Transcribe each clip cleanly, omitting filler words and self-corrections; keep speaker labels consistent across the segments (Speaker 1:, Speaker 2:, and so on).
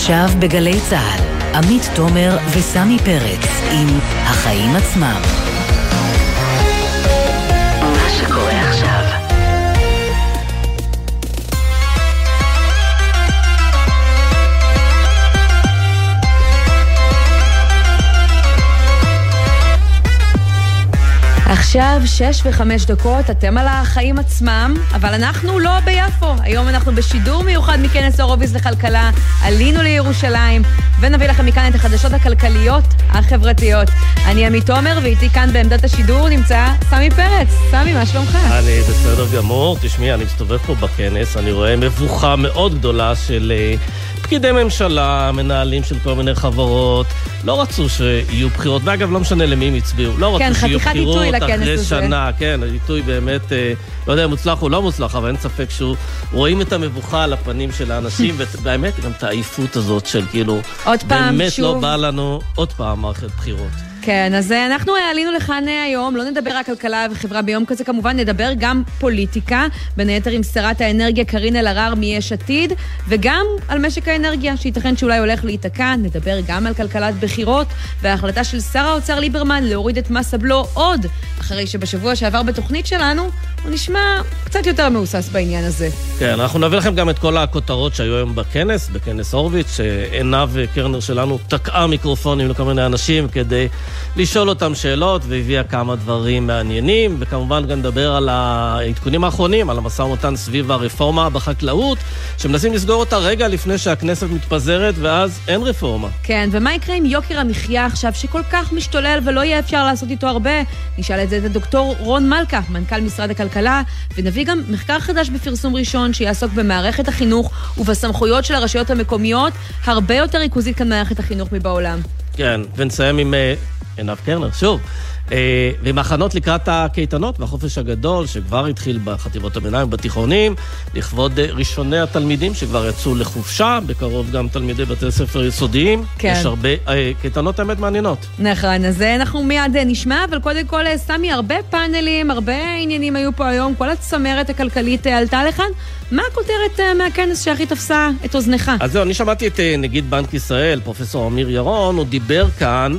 Speaker 1: עכשיו בגלי צהל, עמית תומר וסמי פרץ עם החיים עצמם. מה שקורה עכשיו. עכשיו 6:05, אתם על החיים עצמם, אבל אנחנו לא ביפו. היום אנחנו בשידור מיוחד מכנס אורוביז לכלכלה, עלינו לירושלים, ונביא לכם מכאן את החדשות הכלכליות החברתיות. אני עמית תומר, ואיתי כאן בעמדת השידור נמצא סמי פרץ. סמי, מה שלומך?
Speaker 2: אני בסדר גמור. תשמעי, אני מסתובב פה בכנס, אני רואה מבוכה מאוד גדולה של פקידי ממשלה, מנהלים של כל מיני חברות, לא רצו שיהיו בחירות, ואגב, לא משנה למי הם הצביעו, לא רצו שיהיו בחירות אחרי שנה, כן, העיתוי באמת, לא יודע אם מוצלח או לא מוצלח, אבל אין ספק שהוא, רואים את המבוכה על הפנים של האנשים, ובאמת גם את העייפות הזאת של כאילו, באמת לא בא לנו עוד פעם מערכת בחירות.
Speaker 3: כן, אז אנחנו עלינו לכאן היום, לא נדבר רק כלכלה וחברה ביום כזה, כמובן נדבר גם פוליטיקה, בין היתר עם שרת האנרגיה קרין אלהרר מיש עתיד, וגם על משק האנרגיה, שייתכן שאולי הולך להיתקע, נדבר גם על כלכלת בחירות, וההחלטה של שר האוצר ליברמן להוריד את מס הבלו עוד, אחרי שבשבוע שעבר בתוכנית שלנו, הוא נשמע קצת יותר מאוסס בעניין הזה.
Speaker 2: כן, אנחנו נביא לכם גם את כל הכותרות שהיו היום בכנס אורביץ', שעיניו קרנר שלנו תקעה מיקרופונים לכל מיני אנשים כדי לשאול אותם שאלות, והביאה כמה דברים מעניינים, וכמובן גם נדבר על העדכונים האחרונים, על המשא ומתן סביב הרפורמה בחקלאות, שמנסים לסגור אותה רגע לפני שהכנסת מתפזרת, ואז אין רפורמה.
Speaker 3: כן, ומה יקרה עם יוקר המחיה עכשיו, שכל כך משתולל ולא יהיה אפשר לעשות איתו הרבה? נשאל את זה את הדוקטור רון מלכה, מנכ"ל משרד הכלכלה, ונביא גם מחקר חדש בפרסום ראשון, שיעסוק במערכת החינוך ובסמכויות של הרשויות המקומיות, הרבה יותר ריכוזית כאן מערכת החינוך מבעולם.
Speaker 2: כן, ונסיים עם עינב קרנר, שוב, ועם הכנות לקראת הקייטנות והחופש הגדול, שכבר התחיל בחטיבות הביניים ובתיכונים, לכבוד ראשוני התלמידים שכבר יצאו לחופשה, בקרוב גם תלמידי בתי ספר יסודיים. כן. יש הרבה קייטנות האמת מעניינות.
Speaker 3: נכון, אז אנחנו מיד נשמע, אבל קודם כל, סמי, הרבה פאנלים, הרבה עניינים היו פה היום, כל הצמרת הכלכלית עלתה לכאן. מה הכותרת מהכנס שהכי תפסה את אוזנך?
Speaker 2: אז זהו, אני שמעתי את נגיד בנק ישראל, פרופסור אמיר ירון, הוא דיבר כאן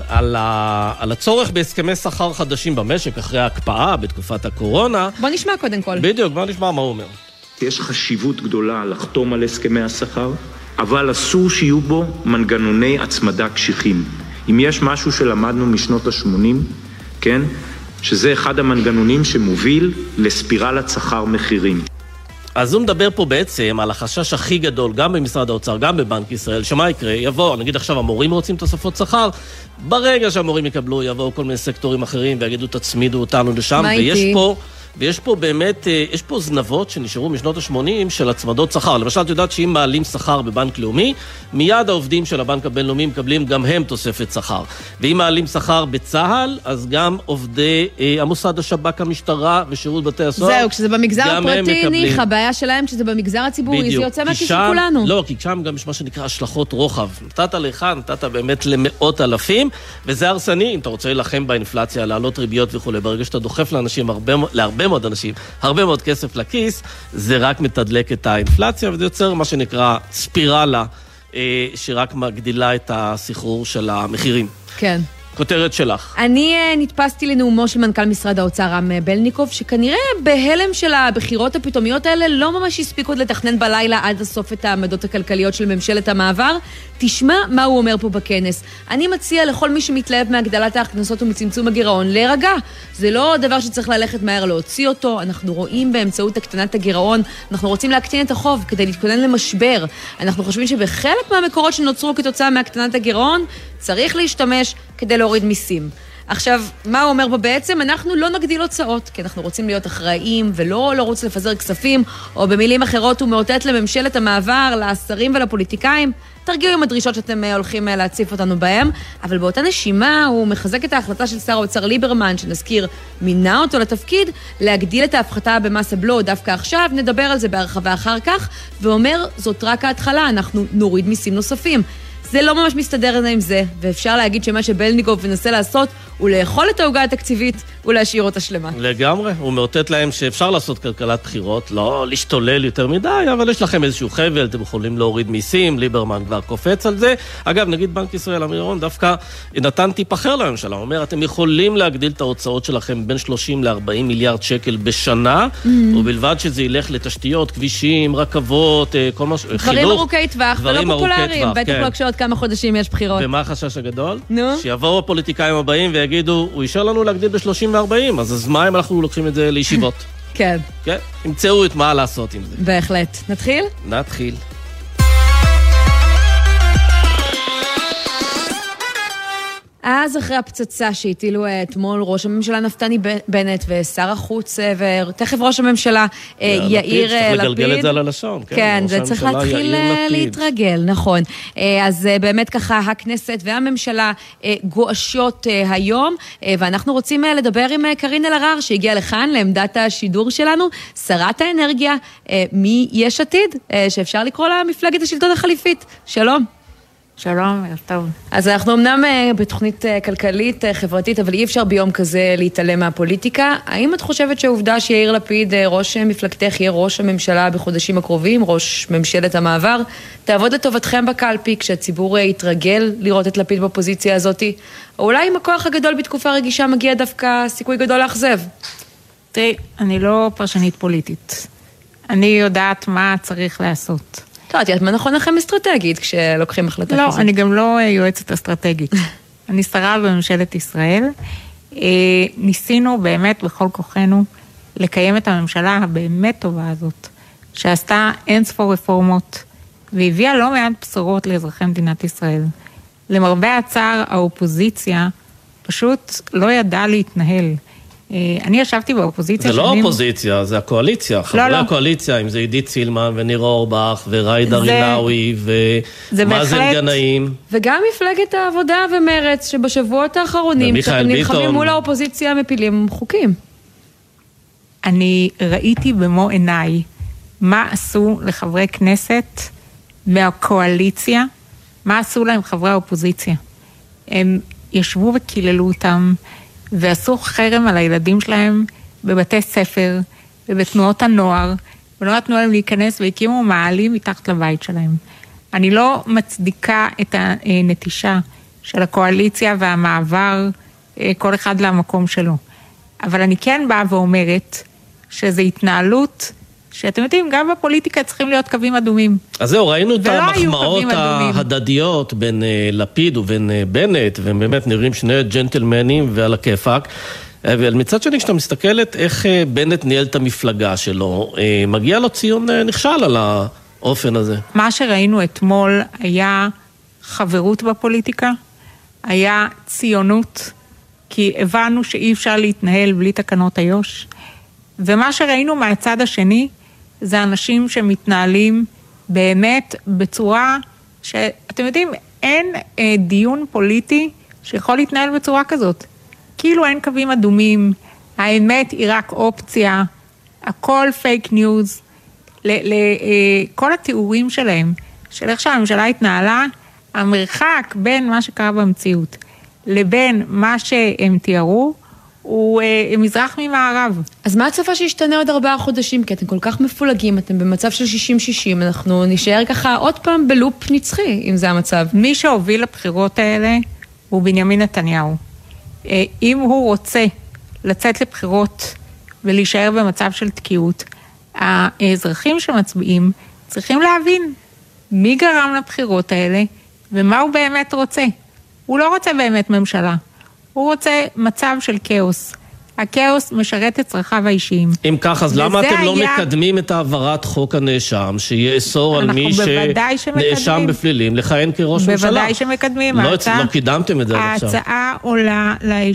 Speaker 2: על הצורך בהסכמי שכר חדשים במשק אחרי ההקפאה בתקופת הקורונה.
Speaker 3: בוא נשמע קודם כל.
Speaker 2: בדיוק, בוא נשמע מה הוא אומר.
Speaker 4: יש חשיבות גדולה לחתום על הסכמי השכר, אבל אסור שיהיו בו מנגנוני הצמדה קשיחים. אם יש משהו שלמדנו משנות ה-80, כן? שזה אחד המנגנונים שמוביל לספירלת שכר מחירים.
Speaker 2: אז הוא מדבר פה בעצם על החשש הכי גדול, גם במשרד האוצר, גם בבנק ישראל, שמה יקרה? יבוא, נגיד עכשיו המורים רוצים תוספות שכר, ברגע שהמורים יקבלו, יבואו כל מיני סקטורים אחרים, ויגידו תצמידו אותנו לשם, ויש פה באמת, יש פה זנבות שנשארו משנות ה-80 של הצמדות שכר. למשל, את יודעת שאם מעלים שכר בבנק לאומי, מיד העובדים של הבנק הבינלאומי מקבלים גם הם תוספת שכר. ואם מעלים שכר בצהל, אז גם עובדי המוסד, השב"כ, המשטרה ושירות בתי הסוהר,
Speaker 3: זהו, כשזה במגזר הפרטי, ניחא, הבעיה שלהם כשזה במגזר הציבורי, זה יוצא מהכיס של כולנו.
Speaker 2: לא, כי שם גם יש מה שנקרא השלכות רוחב. נתת לך, נתת באמת למאות אלפים, וזה הרסני, אם אתה רוצה להילחם באינפלציה, לעלות ריביות וכו'. ברגע שאתה דוחף לאנשים להרבה מאוד אנשים, הרבה מאוד כסף לכיס, זה רק מתדלק את האינפלציה, וזה יוצר מה שנקרא ספירלה, שרק מגדילה את הסחרור של המחירים.
Speaker 3: כן.
Speaker 2: כותרת שלך.
Speaker 3: אני נתפסתי לנאומו של מנכ"ל משרד האוצר רם בלניקוב, שכנראה בהלם של הבחירות הפתאומיות האלה לא ממש הספיקו לתכנן בלילה עד הסוף את העמדות הכלכליות של ממשלת המעבר. תשמע מה הוא אומר פה בכנס. אני מציע לכל מי שמתלהב מהגדלת ההכנסות ומצמצום הגירעון להירגע. זה לא דבר שצריך ללכת מהר להוציא אותו. אנחנו רואים באמצעות הקטנת הגירעון, אנחנו רוצים להקטין את החוב כדי להתכונן למשבר. אנחנו חושבים שבחלק מהמקורות שנוצרו כתוצאה מהקטנת הגירעון, צריך להשתמש כדי להוריד מיסים. עכשיו, מה הוא אומר פה בעצם? אנחנו לא נגדיל הוצאות, כי אנחנו רוצים להיות אחראיים ולא לרוץ לפזר כספים, או במילים אחרות הוא מאותת לממשלת המעבר, לשרים ולפוליטיקאים, תרגיעו עם הדרישות שאתם הולכים להציף אותנו בהם, אבל באותה נשימה הוא מחזק את ההחלטה של שר האוצר ליברמן, שנזכיר מינה אותו לתפקיד, להגדיל את ההפחתה במס הבלו דווקא עכשיו, נדבר על זה בהרחבה אחר כך, ואומר, זאת רק ההתחלה, אנחנו נוריד מיסים נוספים. זה לא ממש מסתדר עם זה, ואפשר להגיד שמה שבלניקוב מנסה לעשות הוא לאכול את ההוגה התקציבית ולהשאיר אותה שלמה.
Speaker 2: לגמרי, הוא מאותת להם שאפשר לעשות כלכלת בחירות, לא להשתולל יותר מדי, אבל יש לכם איזשהו חבל, אתם יכולים להוריד מיסים, ליברמן כבר קופץ על זה. אגב, נגיד בנק ישראל, אמיר ירון, דווקא נתן טיפ אחר לממשלה, הוא אומר, אתם יכולים להגדיל את ההוצאות שלכם בין 30 ל-40 מיליארד שקל בשנה, ובלבד שזה ילך לתשתיות, כבישים, רכבות, כל מה...
Speaker 3: דברים ארוכי טווח ולא פופולריים, בטח לא כשעוד כמה חודשים יש בחירות.
Speaker 2: ומה החשש הגדול? שיבואו הפוליטיקאים הבאים ויגידו, הוא אישר לנו להגדיל ב-30 ו-40, אז מה אם אנחנו לוקחים את זה לישיבות?
Speaker 3: כן.
Speaker 2: כן, ימצאו את מה לעשות עם זה.
Speaker 3: בהחלט. נתחיל?
Speaker 2: נתחיל.
Speaker 3: אז אחרי הפצצה שהטילו אתמול ראש הממשלה נפתלי בנט ושר החוץ ותכף ראש הממשלה יאיר לפיד.
Speaker 2: צריך לגלגל את זה על הלשון.
Speaker 3: כן, זה צריך להתחיל להתרגל, נכון. אז באמת ככה הכנסת והממשלה גואשות היום, ואנחנו רוצים לדבר עם קרין אלהרר שהגיעה לכאן לעמדת השידור שלנו, שרת האנרגיה מיש עתיד, שאפשר לקרוא לה מפלגת השלטון החליפית. שלום.
Speaker 5: שלום, טוב.
Speaker 3: אז אנחנו אמנם בתוכנית כלכלית, חברתית, אבל אי אפשר ביום כזה להתעלם מהפוליטיקה. האם את חושבת שהעובדה שיאיר לפיד, ראש מפלגתך, יהיה ראש הממשלה בחודשים הקרובים, ראש ממשלת המעבר, תעבוד לטובתכם בקלפי כשהציבור יתרגל לראות את לפיד בפוזיציה הזאת? או אולי עם הכוח הגדול בתקופה רגישה מגיע דווקא סיכוי גדול לאכזב?
Speaker 5: תראי, אני לא פרשנית פוליטית. אני יודעת מה צריך לעשות.
Speaker 3: את מה נכון לכם אסטרטגית כשלוקחים החלטה כזאת?
Speaker 5: לא, אני גם לא יועצת אסטרטגית. אני שרה בממשלת ישראל. ניסינו באמת בכל כוחנו לקיים את הממשלה הבאמת טובה הזאת, שעשתה אינספור רפורמות, והביאה לא מעט בשורות לאזרחי מדינת ישראל. למרבה הצער, האופוזיציה פשוט לא ידעה להתנהל. אני ישבתי באופוזיציה.
Speaker 2: זה לא אופוזיציה, זה הקואליציה. חברי הקואליציה, אם זה עידית סילמן וניר אורבך וריידה רינאוי ומאזן גנאים.
Speaker 3: וגם מפלגת העבודה ומרץ, שבשבועות האחרונים שאתם נלחמים מול האופוזיציה מפילים חוקים.
Speaker 5: אני ראיתי במו עיניי מה עשו לחברי כנסת מהקואליציה, מה עשו להם חברי האופוזיציה. הם ישבו וקיללו אותם, ועשו חרם על הילדים שלהם בבתי ספר ובתנועות הנוער, ולא נתנו להם להיכנס והקימו מעלים מתחת לבית שלהם. אני לא מצדיקה את הנטישה של הקואליציה והמעבר, כל אחד למקום שלו. אבל אני כן באה ואומרת שזו התנהלות שאתם יודעים, גם בפוליטיקה צריכים להיות קווים אדומים.
Speaker 2: אז זהו, ראינו את המחמאות ההדדיות בין לפיד ובין בנט, והם באמת נראים שני ג'נטלמנים ועל הכיפק. ומצד שני, כשאתה מסתכלת איך בנט ניהל את המפלגה שלו, מגיע לו ציון נכשל על האופן הזה.
Speaker 5: מה שראינו אתמול היה חברות בפוליטיקה, היה ציונות, כי הבנו שאי אפשר להתנהל בלי תקנות איו"ש, ומה שראינו מהצד השני, זה אנשים שמתנהלים באמת בצורה שאתם יודעים, אין דיון פוליטי שיכול להתנהל בצורה כזאת. כאילו אין קווים אדומים, האמת היא רק אופציה, הכל פייק ניוז, כל התיאורים שלהם, של איך שהממשלה התנהלה, המרחק בין מה שקרה במציאות לבין מה שהם תיארו, הוא מזרח ממערב.
Speaker 3: אז מה הצפה שישתנה עוד 4 חודשים? כי אתם כל כך מפולגים, אתם במצב של 60-60, אנחנו נשאר ככה עוד פעם בלופ נצחי, אם זה המצב.
Speaker 5: מי שהוביל לבחירות האלה הוא בנימין נתניהו. אם הוא רוצה לצאת לבחירות ולהישאר במצב של תקיעות, האזרחים שמצביעים צריכים להבין מי גרם לבחירות האלה ומה הוא באמת רוצה. הוא לא רוצה באמת ממשלה. הוא רוצה מצב של כאוס. הכאוס משרת את צרכיו האישיים.
Speaker 2: אם כך, אז למה אתם לא מקדמים את העברת חוק הנאשם, שיאסור על מי שנאשם בפלילים לכהן כראש ממשלה?
Speaker 5: בוודאי שמקדמים.
Speaker 2: לא קידמתם את זה עד עכשיו.
Speaker 5: ההצעה עולה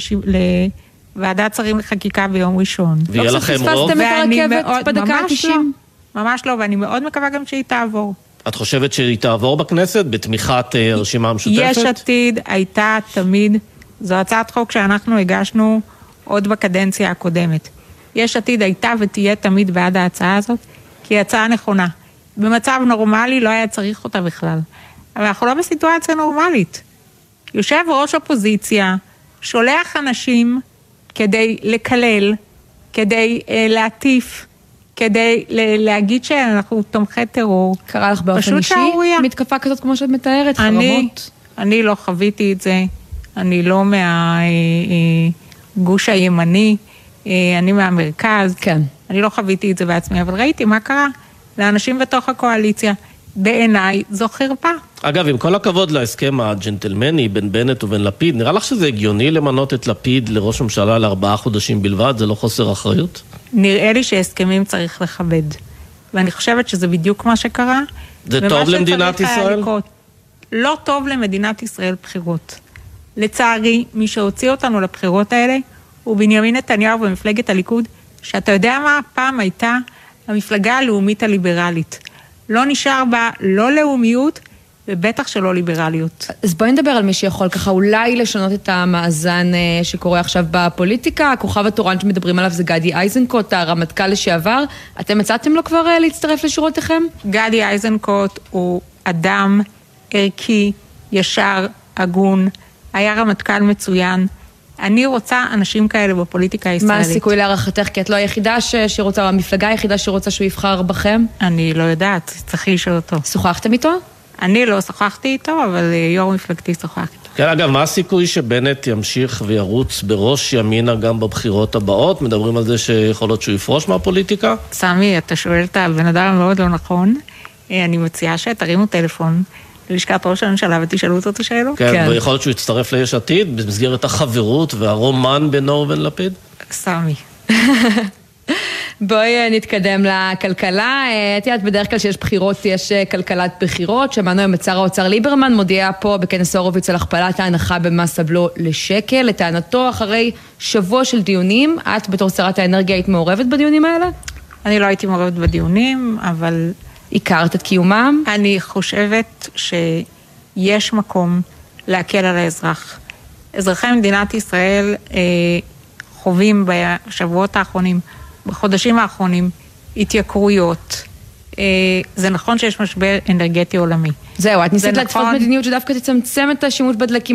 Speaker 5: לוועדת שרים לחקיקה ביום ראשון.
Speaker 2: ויהיה לכם רוב?
Speaker 3: פספסתם את הרכבת בדקה ה-90?
Speaker 5: ממש לא, ואני מאוד מקווה גם שהיא תעבור.
Speaker 2: את חושבת שהיא תעבור בכנסת בתמיכת הרשימה המשותפת?
Speaker 5: יש עתיד הייתה תמיד, זו הצעת חוק שאנחנו הגשנו עוד בקדנציה הקודמת. יש עתיד הייתה ותהיה תמיד בעד ההצעה הזאת, כי היא הצעה נכונה. במצב נורמלי לא היה צריך אותה בכלל. אבל אנחנו לא בסיטואציה נורמלית. יושב ראש אופוזיציה, שולח אנשים כדי לקלל, כדי להטיף, כדי להגיד שאנחנו תומכי טרור.
Speaker 3: קרה לך באופן אישי? מתקפה כזאת כמו שאת מתארת, חרמות?
Speaker 5: אני לא חוויתי את זה, אני לא מהגוש הימני, אני מהמרכז.
Speaker 3: כן.
Speaker 5: אני לא חוויתי את זה בעצמי, אבל ראיתי מה קרה לאנשים בתוך הקואליציה. בעיניי זו חרפה.
Speaker 2: אגב, עם כל הכבוד להסכם הג'נטלמני בין בנט ובין לפיד, נראה לך שזה הגיוני למנות את לפיד לראש ממשלה ל4 חודשים בלבד? זה לא חוסר אחריות?
Speaker 5: נראה לי שהסכמים צריך לכבד. ואני חושבת שזה בדיוק מה שקרה.
Speaker 2: זה טוב למדינת ישראל?
Speaker 5: לא טוב למדינת ישראל בחירות. לצערי, מי שהוציא אותנו לבחירות האלה הוא בנימין נתניהו ומפלגת הליכוד, שאתה יודע מה? פעם הייתה המפלגה הלאומית הליברלית. לא נשאר בה לא לאומיות ובטח שלא ליברליות.
Speaker 3: אז בואי נדבר על מי שיכול ככה אולי לשנות את המאזן שקורה עכשיו בפוליטיקה. הכוכב התורן שמדברים עליו זה גדי איזנקוט, הרמטכ"ל לשעבר. אתם הצעתם לו כבר להצטרף לשורותיכם?
Speaker 5: גדי איזנקוט הוא אדם ערכי, ישר, הגון, היה רמטכ"ל מצוין. אני רוצה אנשים כאלה בפוליטיקה הישראלית.
Speaker 3: מה הסיכוי להערכתך? כי את לא היחידה שרוצה, המפלגה היחידה שרוצה שהוא יבחר בכם?
Speaker 5: אני לא יודעת, צריך לשאול אותו.
Speaker 3: שוחחתם איתו?
Speaker 5: אני לא שוחחתי איתו, אבל יו"ר מפלגתי שוחח איתו.
Speaker 2: כן, אגב, מה הסיכוי שבנט ימשיך וירוץ בראש ימינה גם בבחירות הבאות? מדברים על זה שיכול להיות שהוא יפרוש מהפוליטיקה?
Speaker 5: סמי, אתה שואל את הבן אדם מאוד לא נכון. אני מציעה שתרימו טלפון ללשכת ראש הממשלה ותשאלו אותו את השאלות.
Speaker 2: כן, ויכול להיות שהוא יצטרף ליש עתיד במסגרת החברות והרומן בינו ובין לפיד?
Speaker 5: סמי.
Speaker 3: בואי נתקדם לכלכלה. את יודעת, בדרך כלל שיש בחירות, יש כלכלת בחירות. שמענו היום את שר האוצר ליברמן, מודיע פה בכנס הורוביץ על הכפלת ההנחה במס הבלו לשקל. לטענתו, אחרי שבוע של דיונים, את בתור שרת האנרגיה היית מעורבת בדיונים האלה?
Speaker 5: אני לא הייתי מעורבת בדיונים, אבל
Speaker 3: הכרת את קיומם?
Speaker 5: אני חושבת שיש מקום להקל על האזרח. אזרחי מדינת ישראל חווים בשבועות האחרונים, בחודשים האחרונים, התייקרויות. זה נכון שיש משבר אנרגטי עולמי.
Speaker 3: זהו, את ניסית להתפות מדיניות שדווקא תצמצם את השימוש בדלקים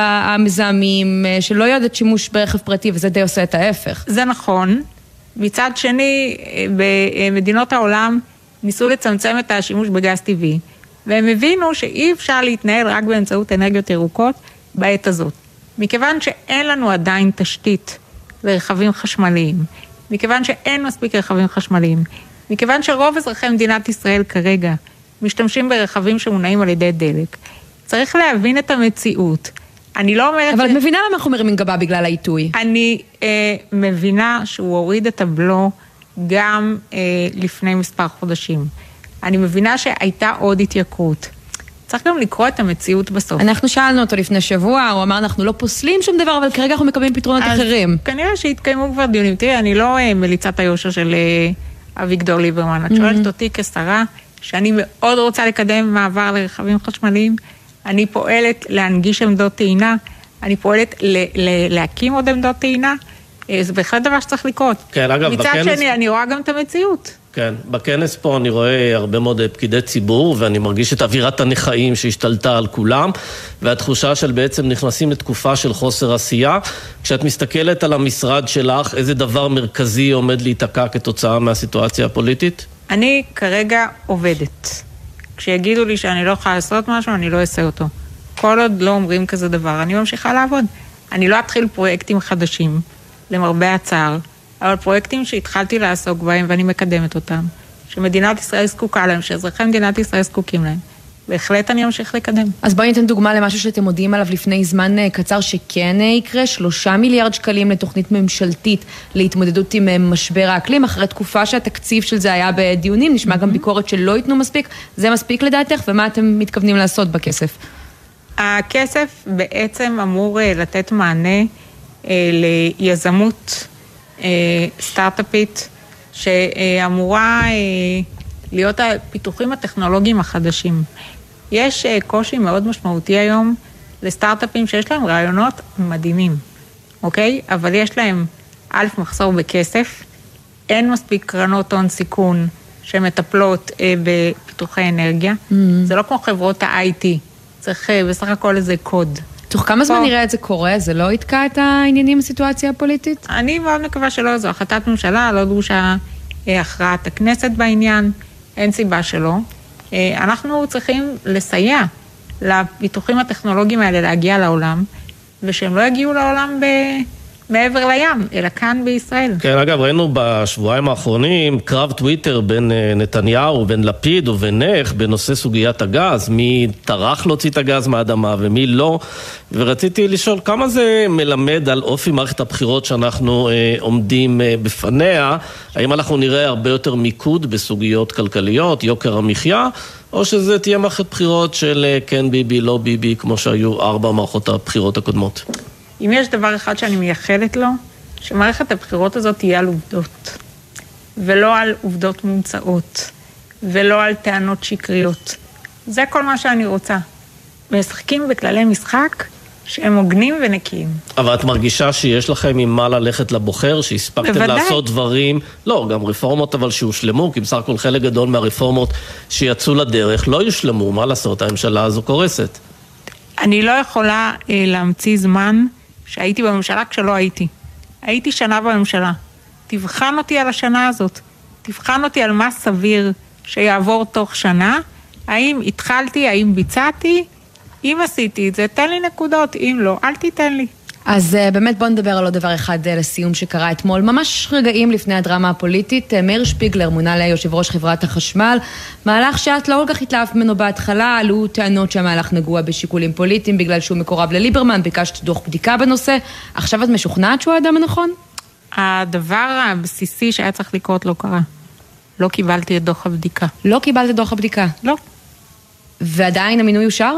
Speaker 3: המזהמים, שלא יודעת שימוש ברכב פרטי, וזה די עושה את ההפך.
Speaker 5: זה נכון. מצד שני, במדינות העולם ניסו לצמצם את השימוש בגז טבעי, והם הבינו שאי אפשר להתנהל רק באמצעות אנרגיות ירוקות בעת הזאת. מכיוון שאין לנו עדיין תשתית לרכבים חשמליים, מכיוון שאין מספיק רכבים חשמליים, מכיוון שרוב אזרחי מדינת ישראל כרגע משתמשים ברכבים שמונעים על ידי דלק, צריך להבין את המציאות. אני לא אומרת
Speaker 3: אבל את מבינה למה אנחנו מרימים גבה בגלל העיתוי?
Speaker 5: אני מבינה שהוא הוריד את הבלו גם לפני מספר חודשים. אני מבינה שהייתה עוד התייקרות. צריך גם לקרוא את המציאות בסוף.
Speaker 3: אנחנו שאלנו אותו לפני שבוע, הוא אמר אנחנו לא פוסלים שום דבר, אבל כרגע אנחנו מקבלים פתרונות אחרים.
Speaker 5: כנראה שהתקיימו כבר דיונים. תראי, אני לא מליצת היושר של אביגדור ליברמן. את שואלת אותי כשרה, שאני מאוד רוצה לקדם מעבר לרכבים חשמליים. אני פועלת להנגיש עמדות טעינה, אני פועלת להקים עוד עמדות טעינה. זה בהחלט דבר שצריך לקרות.
Speaker 2: כן, אגב,
Speaker 5: מצד שני, אני רואה גם את המציאות.
Speaker 2: כן, בכנס פה אני רואה הרבה מאוד פקידי ציבור, ואני מרגיש את אווירת הנכאים שהשתלטה על כולם, והתחושה של בעצם נכנסים לתקופה של חוסר עשייה. כשאת מסתכלת על המשרד שלך, איזה דבר מרכזי עומד להיתקע כתוצאה מהסיטואציה הפוליטית?
Speaker 5: אני כרגע עובדת. כשיגידו לי שאני לא יכולה לעשות משהו, אני לא אעשה אותו. כל עוד לא אומרים כזה דבר, אני ממשיכה לעבוד. אני לא אתחיל פרויקטים חדשים, למרבה הצער, אבל פרויקטים שהתחלתי לעסוק בהם ואני מקדמת אותם, שמדינת ישראל זקוקה להם, שאזרחי מדינת ישראל זקוקים להם. בהחלט אני אמשיך לקדם.
Speaker 3: אז בואי ניתן דוגמה למשהו שאתם מודיעים עליו לפני זמן קצר שכן יקרה, 3 מיליארד שקלים לתוכנית ממשלתית להתמודדות עם משבר האקלים, אחרי תקופה שהתקציב של זה היה בדיונים, נשמע גם ביקורת שלא ייתנו מספיק, זה מספיק לדעתך, ומה אתם מתכוונים לעשות בכסף?
Speaker 5: הכסף בעצם אמור לתת מענה ליזמות סטארט-אפית שאמורה להיות הפיתוחים הטכנולוגיים החדשים. יש קושי מאוד משמעותי היום לסטארט-אפים שיש להם רעיונות מדהימים, אוקיי? אבל יש להם מחסור בכסף, אין מספיק קרנות הון סיכון שמטפלות בפיתוחי אנרגיה. זה לא כמו חברות ה-IT, צריך בסך הכל איזה קוד.
Speaker 3: תוך כמה זמן נראה את זה קורה? זה לא יתקע את העניינים בסיטואציה הפוליטית?
Speaker 5: אני מאוד מקווה שלא, זו החלטת ממשלה, לא דרושה הכרעת הכנסת בעניין, אין סיבה שלא. אנחנו צריכים לסייע לפיתוחים הטכנולוגיים האלה להגיע לעולם, ושהם לא יגיעו לעולם מעבר לים, אלא כאן בישראל.
Speaker 2: כן, אגב, ראינו בשבועיים האחרונים קרב טוויטר בין נתניהו, בין לפיד ובינך, בנושא סוגיית הגז, מי טרח להוציא את הגז מהאדמה ומי לא, ורציתי לשאול כמה זה מלמד על אופי מערכת הבחירות שאנחנו עומדים בפניה, האם אנחנו נראה הרבה יותר מיקוד בסוגיות כלכליות, יוקר המחיה, או שזה תהיה מערכת בחירות של כן ביבי, לא ביבי, כמו שהיו 4 מערכות הבחירות הקודמות?
Speaker 5: אם יש דבר אחד שאני מייחלת לו, שמערכת הבחירות הזאת תהיה על עובדות, ולא על עובדות מומצאות, ולא על טענות שקריות. זה כל מה שאני רוצה. משחקים בכללי משחק שהם הוגנים ונקיים.
Speaker 2: אבל את מרגישה שיש לכם עם מה ללכת לבוחר, שהספקתם לעשות דברים, לא, גם רפורמות אבל שהושלמו, כי בסך הכל חלק גדול מהרפורמות שיצאו לדרך לא יושלמו, מה לעשות, הממשלה הזו קורסת.
Speaker 5: אני לא יכולה להמציא זמן שהייתי בממשלה כשלא הייתי. הייתי שנה בממשלה. תבחן אותי על השנה הזאת. תבחן אותי על מה סביר שיעבור תוך שנה. האם התחלתי, האם ביצעתי? אם עשיתי את זה, תן לי נקודות. אם לא, אל תיתן לי.
Speaker 3: אז באמת בוא נדבר על עוד דבר אחד לסיום שקרה אתמול. ממש רגעים לפני הדרמה הפוליטית, מאיר שפיגלר מונה ליושב ראש חברת החשמל, מהלך שאת לא כל כך התלהבת ממנו בהתחלה, עלו טענות שהמהלך נגוע בשיקולים פוליטיים בגלל שהוא מקורב לליברמן, ביקשת דוח בדיקה בנושא, עכשיו את משוכנעת שהוא האדם הנכון?
Speaker 5: הדבר הבסיסי שהיה צריך לקרות לא קרה. לא קיבלתי את דוח הבדיקה.
Speaker 3: לא קיבלת את דוח הבדיקה?
Speaker 5: לא.
Speaker 3: ועדיין המינוי אושר?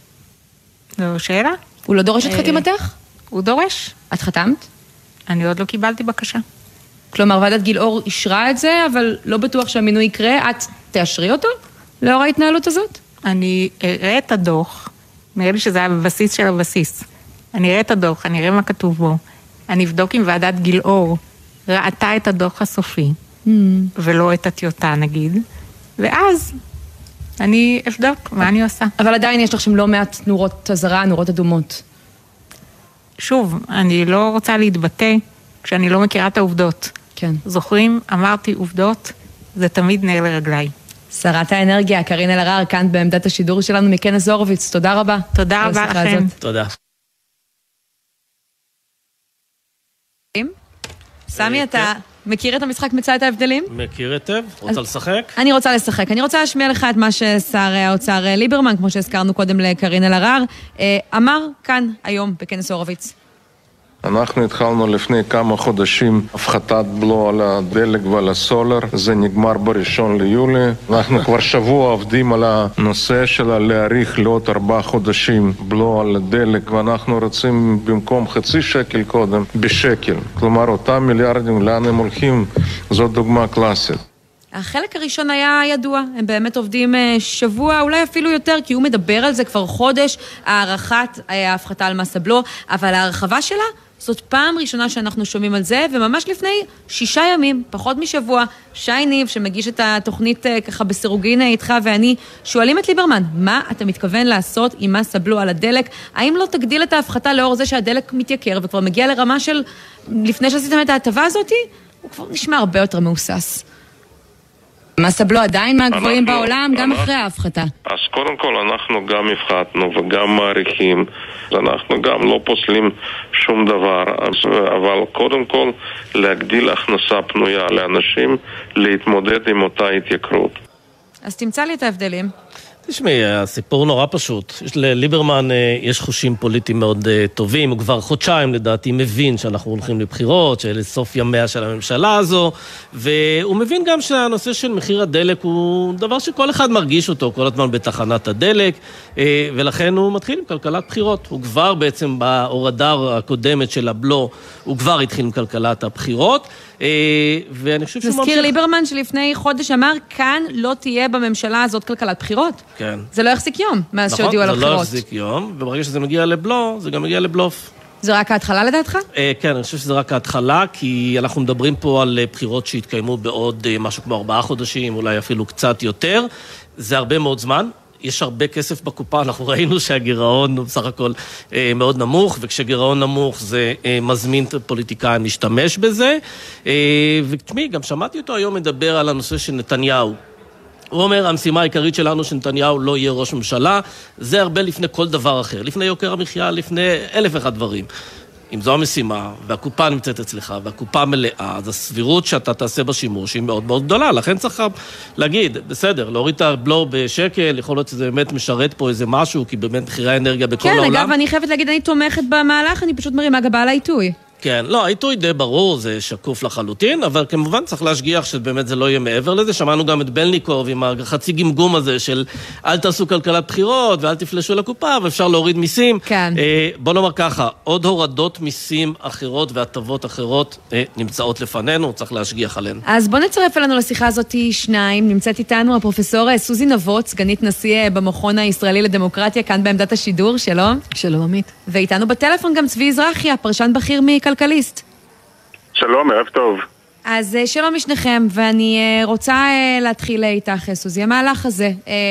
Speaker 5: זו שאלה?
Speaker 3: הוא לא דורש את חתימתך?
Speaker 5: הוא דורש.
Speaker 3: את חתמת?
Speaker 5: אני עוד לא קיבלתי בקשה.
Speaker 3: כלומר, ועדת גילאור אישרה את זה, אבל לא בטוח שהמינוי יקרה. את תאשרי אותו? לאור ההתנהלות הזאת?
Speaker 5: אני אראה את הדוח, נראה לי שזה היה בבסיס של הבסיס. אני אראה את הדוח, אני אראה מה כתוב בו. אני אבדוק אם ועדת גילאור ראתה את הדוח הסופי, ולא את הטיוטה נגיד, ואז אני אבדוק מה אני עושה.
Speaker 3: אבל עדיין יש לך שם לא מעט נורות הזרה, נורות אדומות.
Speaker 5: שוב, אני לא רוצה להתבטא כשאני לא מכירה את העובדות.
Speaker 3: כן.
Speaker 5: זוכרים? אמרתי עובדות, זה תמיד נר לרגליי.
Speaker 3: שרת האנרגיה, קארין אלהרר, כאן בעמדת השידור שלנו מכנס הורוביץ. תודה רבה.
Speaker 5: תודה רבה לכם.
Speaker 2: תודה.
Speaker 3: סמי, אתה מכיר את המשחק מצא את ההבדלים?
Speaker 2: מכיר היטב. רוצה לשחק?
Speaker 3: אני רוצה לשחק. אני רוצה להשמיע לך את מה ששר האוצר ליברמן, כמו שהזכרנו קודם לקארין אלהרר, אמר כאן היום בכנס הורוביץ.
Speaker 6: אנחנו התחלנו לפני כמה חודשים הפחתת בלו על הדלק ועל הסולר, זה נגמר ב1 ליולי. אנחנו כבר שבוע עובדים על הנושא של להאריך לעוד 4 חודשים בלו על הדלק, ואנחנו רוצים במקום 0.5 שקל קודם בשקל. כלומר, אותם מיליארדים, לאן הם הולכים, זו דוגמה קלאסית.
Speaker 3: החלק הראשון היה ידוע, הם באמת עובדים שבוע, אולי אפילו יותר, כי הוא מדבר על זה כבר חודש, הערכת ההפחתה על מס הבלו, אבל ההרחבה שלה, זאת פעם ראשונה שאנחנו שומעים על זה, וממש לפני 6 ימים, פחות משבוע, שי ניב, שמגיש את התוכנית ככה בסירוגין איתך ואני, שואלים את ליברמן, מה אתה מתכוון לעשות עם מס הבלו על הדלק? האם לא תגדיל את ההפחתה לאור זה שהדלק מתייקר, וכבר מגיע לרמה של, לפני שעשיתם את ההטבה הזאת, הוא כבר נשמע הרבה יותר מאוסס. מס הבלו עדיין מהגבוהים בעולם, גם אחרי ההפחתה.
Speaker 6: אז קודם כל אנחנו גם הפחתנו וגם מעריכים, אנחנו גם לא פוסלים שום דבר, אבל קודם כל להגדיל הכנסה פנויה לאנשים להתמודד עם אותה התייקרות.
Speaker 3: אז תמצא לי את ההבדלים.
Speaker 2: תשמעי, הסיפור נורא פשוט. לליברמן יש חושים פוליטיים מאוד טובים, הוא כבר חודשיים לדעתי מבין שאנחנו הולכים לבחירות, שאלה סוף ימיה של הממשלה הזו, והוא מבין גם שהנושא של מחיר הדלק הוא דבר שכל אחד מרגיש אותו כל הזמן בתחנת הדלק, ולכן הוא מתחיל עם כלכלת בחירות. הוא כבר בעצם בהורדה הקודמת של הבלו, הוא כבר התחיל עם כלכלת הבחירות, ואני חושב שהוא
Speaker 3: נזכיר ליברמן שלפני חודש אמר, כאן לא תהיה בממשלה הזאת כלכלת בחירות.
Speaker 2: כן.
Speaker 3: זה לא יחזיק יום, מאז שהודיעו על הבחירות.
Speaker 2: נכון, זה לא יחזיק יום, וברגע שזה מגיע לבלו, זה גם מגיע לבלוף.
Speaker 3: זה רק ההתחלה לדעתך?
Speaker 2: כן, אני חושב שזה רק ההתחלה, כי אנחנו מדברים פה על בחירות שהתקיימו בעוד משהו כמו 4 חודשים, אולי אפילו קצת יותר. זה הרבה מאוד זמן. יש הרבה כסף בקופה, אנחנו ראינו שהגירעון הוא בסך הכל מאוד נמוך, וכשגירעון נמוך זה מזמין את הפוליטיקאים להשתמש בזה. ותשמעי, גם שמעתי אותו היום מדבר על הנושא של נתניהו. הוא אומר, המשימה העיקרית שלנו שנתניהו לא יהיה ראש ממשלה, זה הרבה לפני כל דבר אחר, לפני יוקר המחיה, לפני 1,001 דברים. אם זו המשימה, והקופה נמצאת אצלך, והקופה מלאה, אז הסבירות שאתה תעשה בשימוש היא מאוד מאוד גדולה. לכן צריך להגיד, בסדר, להוריד את הבלו בשקל, יכול להיות שזה באמת משרת פה איזה משהו, כי באמת מחירי האנרגיה בכל העולם.
Speaker 3: כן, אגב, אני חייבת להגיד, אני תומכת במהלך, אני פשוט מרימה גבה על העיתוי.
Speaker 2: כן, לא, העיתוי די ברור, זה שקוף לחלוטין, אבל כמובן צריך להשגיח שבאמת זה לא יהיה מעבר לזה. שמענו גם את בלניקוב עם החצי גמגום הזה של אל תעשו כלכלת בחירות ואל תפלשו לקופה, ואפשר להוריד מיסים.
Speaker 3: כן.
Speaker 2: בוא נאמר ככה, עוד הורדות מיסים אחרות והטבות אחרות נמצאות לפנינו, צריך להשגיח עליהן.
Speaker 3: אז בוא נצרף אלינו לשיחה הזאת שניים. נמצאת איתנו הפרופסור סוזי נבות, סגנית נשיא במכון הישראלי לדמוקרטיה, כאן בעמדת השידור. שלום.
Speaker 7: שלום עמית.
Speaker 3: ואיתנו בטלפון גם צבי אזרחיה, פרשן בכיר מכלכליסט.
Speaker 8: שלום, ערב טוב.
Speaker 3: אז שלום משניכם, ואני רוצה להתחיל איתך, סוזי. המהלך הזה,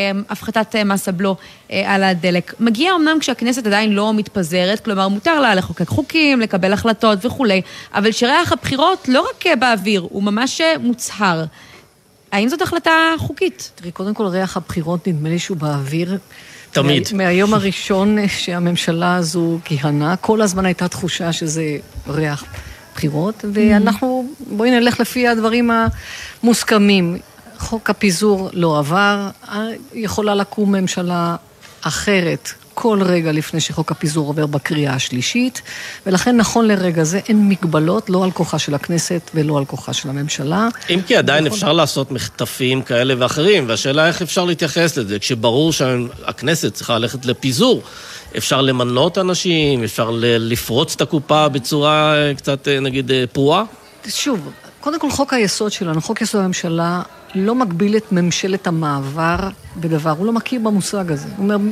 Speaker 3: הפחתת מס הבלו על הדלק, מגיע אמנם כשהכנסת עדיין לא מתפזרת, כלומר מותר לה לחוקק חוקים, לקבל החלטות וכו', אבל שריח הבחירות לא רק באוויר, הוא ממש מוצהר. האם זאת החלטה חוקית?
Speaker 7: תראי, קודם כל ריח הבחירות נדמה לי שהוא באוויר.
Speaker 2: תמיד.
Speaker 7: מהיום הראשון שהממשלה הזו כיהנה, כל הזמן הייתה תחושה שזה ריח בחירות, ואנחנו, בואי נלך לפי הדברים המוסכמים. חוק הפיזור לא עבר, יכולה לקום ממשלה אחרת כל רגע לפני שחוק הפיזור עובר בקריאה השלישית, ולכן נכון לרגע זה אין מגבלות לא על כוחה של הכנסת ולא על כוחה של הממשלה.
Speaker 2: אם כי עדיין אפשר לעשות מחטפים כאלה ואחרים, והשאלה איך אפשר להתייחס לזה, כשברור שהכנסת צריכה ללכת לפיזור, אפשר למנות אנשים, אפשר לפרוץ את הקופה בצורה קצת נגיד פרועה?
Speaker 7: שוב, קודם כל חוק היסוד שלנו, חוק יסוד הממשלה, לא מגביל את ממשלת המעבר בדבר, הוא לא מכיר במושג הזה. הוא אומר,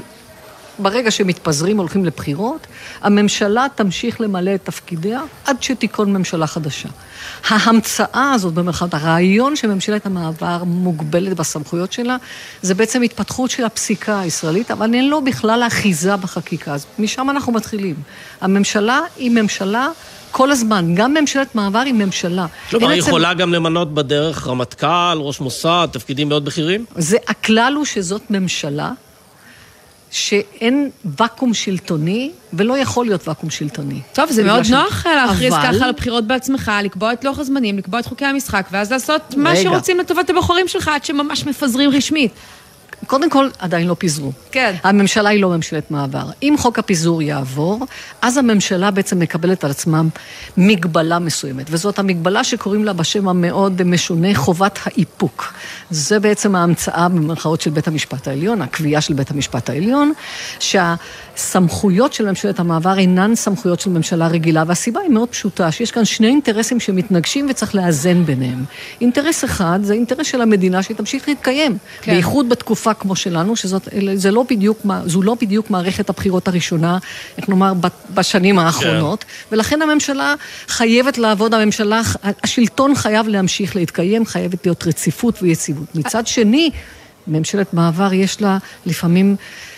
Speaker 7: ברגע שמתפזרים הולכים לבחירות, הממשלה תמשיך למלא את תפקידיה עד שתיכון ממשלה חדשה. ההמצאה הזאת במרכאות, הרעיון שממשלת המעבר מוגבלת בסמכויות שלה, זה בעצם התפתחות של הפסיקה הישראלית, אבל אין לו בכלל אחיזה בחקיקה הזאת. משם אנחנו מתחילים. הממשלה היא ממשלה כל הזמן, גם ממשלת מעבר היא ממשלה.
Speaker 2: כלומר, היא יכולה גם למנות בדרך רמטכ"ל, ראש מוסד, תפקידים מאוד בכירים?
Speaker 7: הכלל הוא שזאת ממשלה, שאין וקום שלטוני, ולא יכול להיות וקום שלטוני.
Speaker 3: טוב, זה מאוד נוח להכריז ככה על בחירות בעצמך, לקבוע את לוח הזמנים, לקבוע את חוקי המשחק, ואז לעשות מה שרוצים לטובת הבוחרים שלך, עד שממש מפזרים רשמית.
Speaker 7: קודם כל, עדיין לא פיזרו.
Speaker 3: כן.
Speaker 7: הממשלה היא לא ממשלת מעבר. אם חוק הפיזור יעבור, אז הממשלה בעצם מקבלת על עצמם מגבלה מסוימת, וזאת המגבלה שקוראים לה בשם המאוד משונה חובת האיפוק. זה בעצם ההמצאה במרכאות של בית המשפט העליון, הקביעה של בית המשפט העליון, שהסמכויות של ממשלת המעבר אינן סמכויות של ממשלה רגילה, והסיבה היא מאוד פשוטה, שיש כאן שני אינטרסים שמתנגשים וצריך לאזן ביניהם. אינטרס אחד זה אינטרס של המדינה שתמשיך להתקיים, כן. בייחוד בתקופה כמו שלנו, זו לא בדיוק מערכת הבחירות הראשונה, איך נאמר, בשנים האחרונות, ולכן הממשלה חייבת לעבוד, השלטון חייב להמשיך להתקיים, חייבת להיות רציפות ויציבות. מצד שני, ממשלת מעבר יש לה לפעמים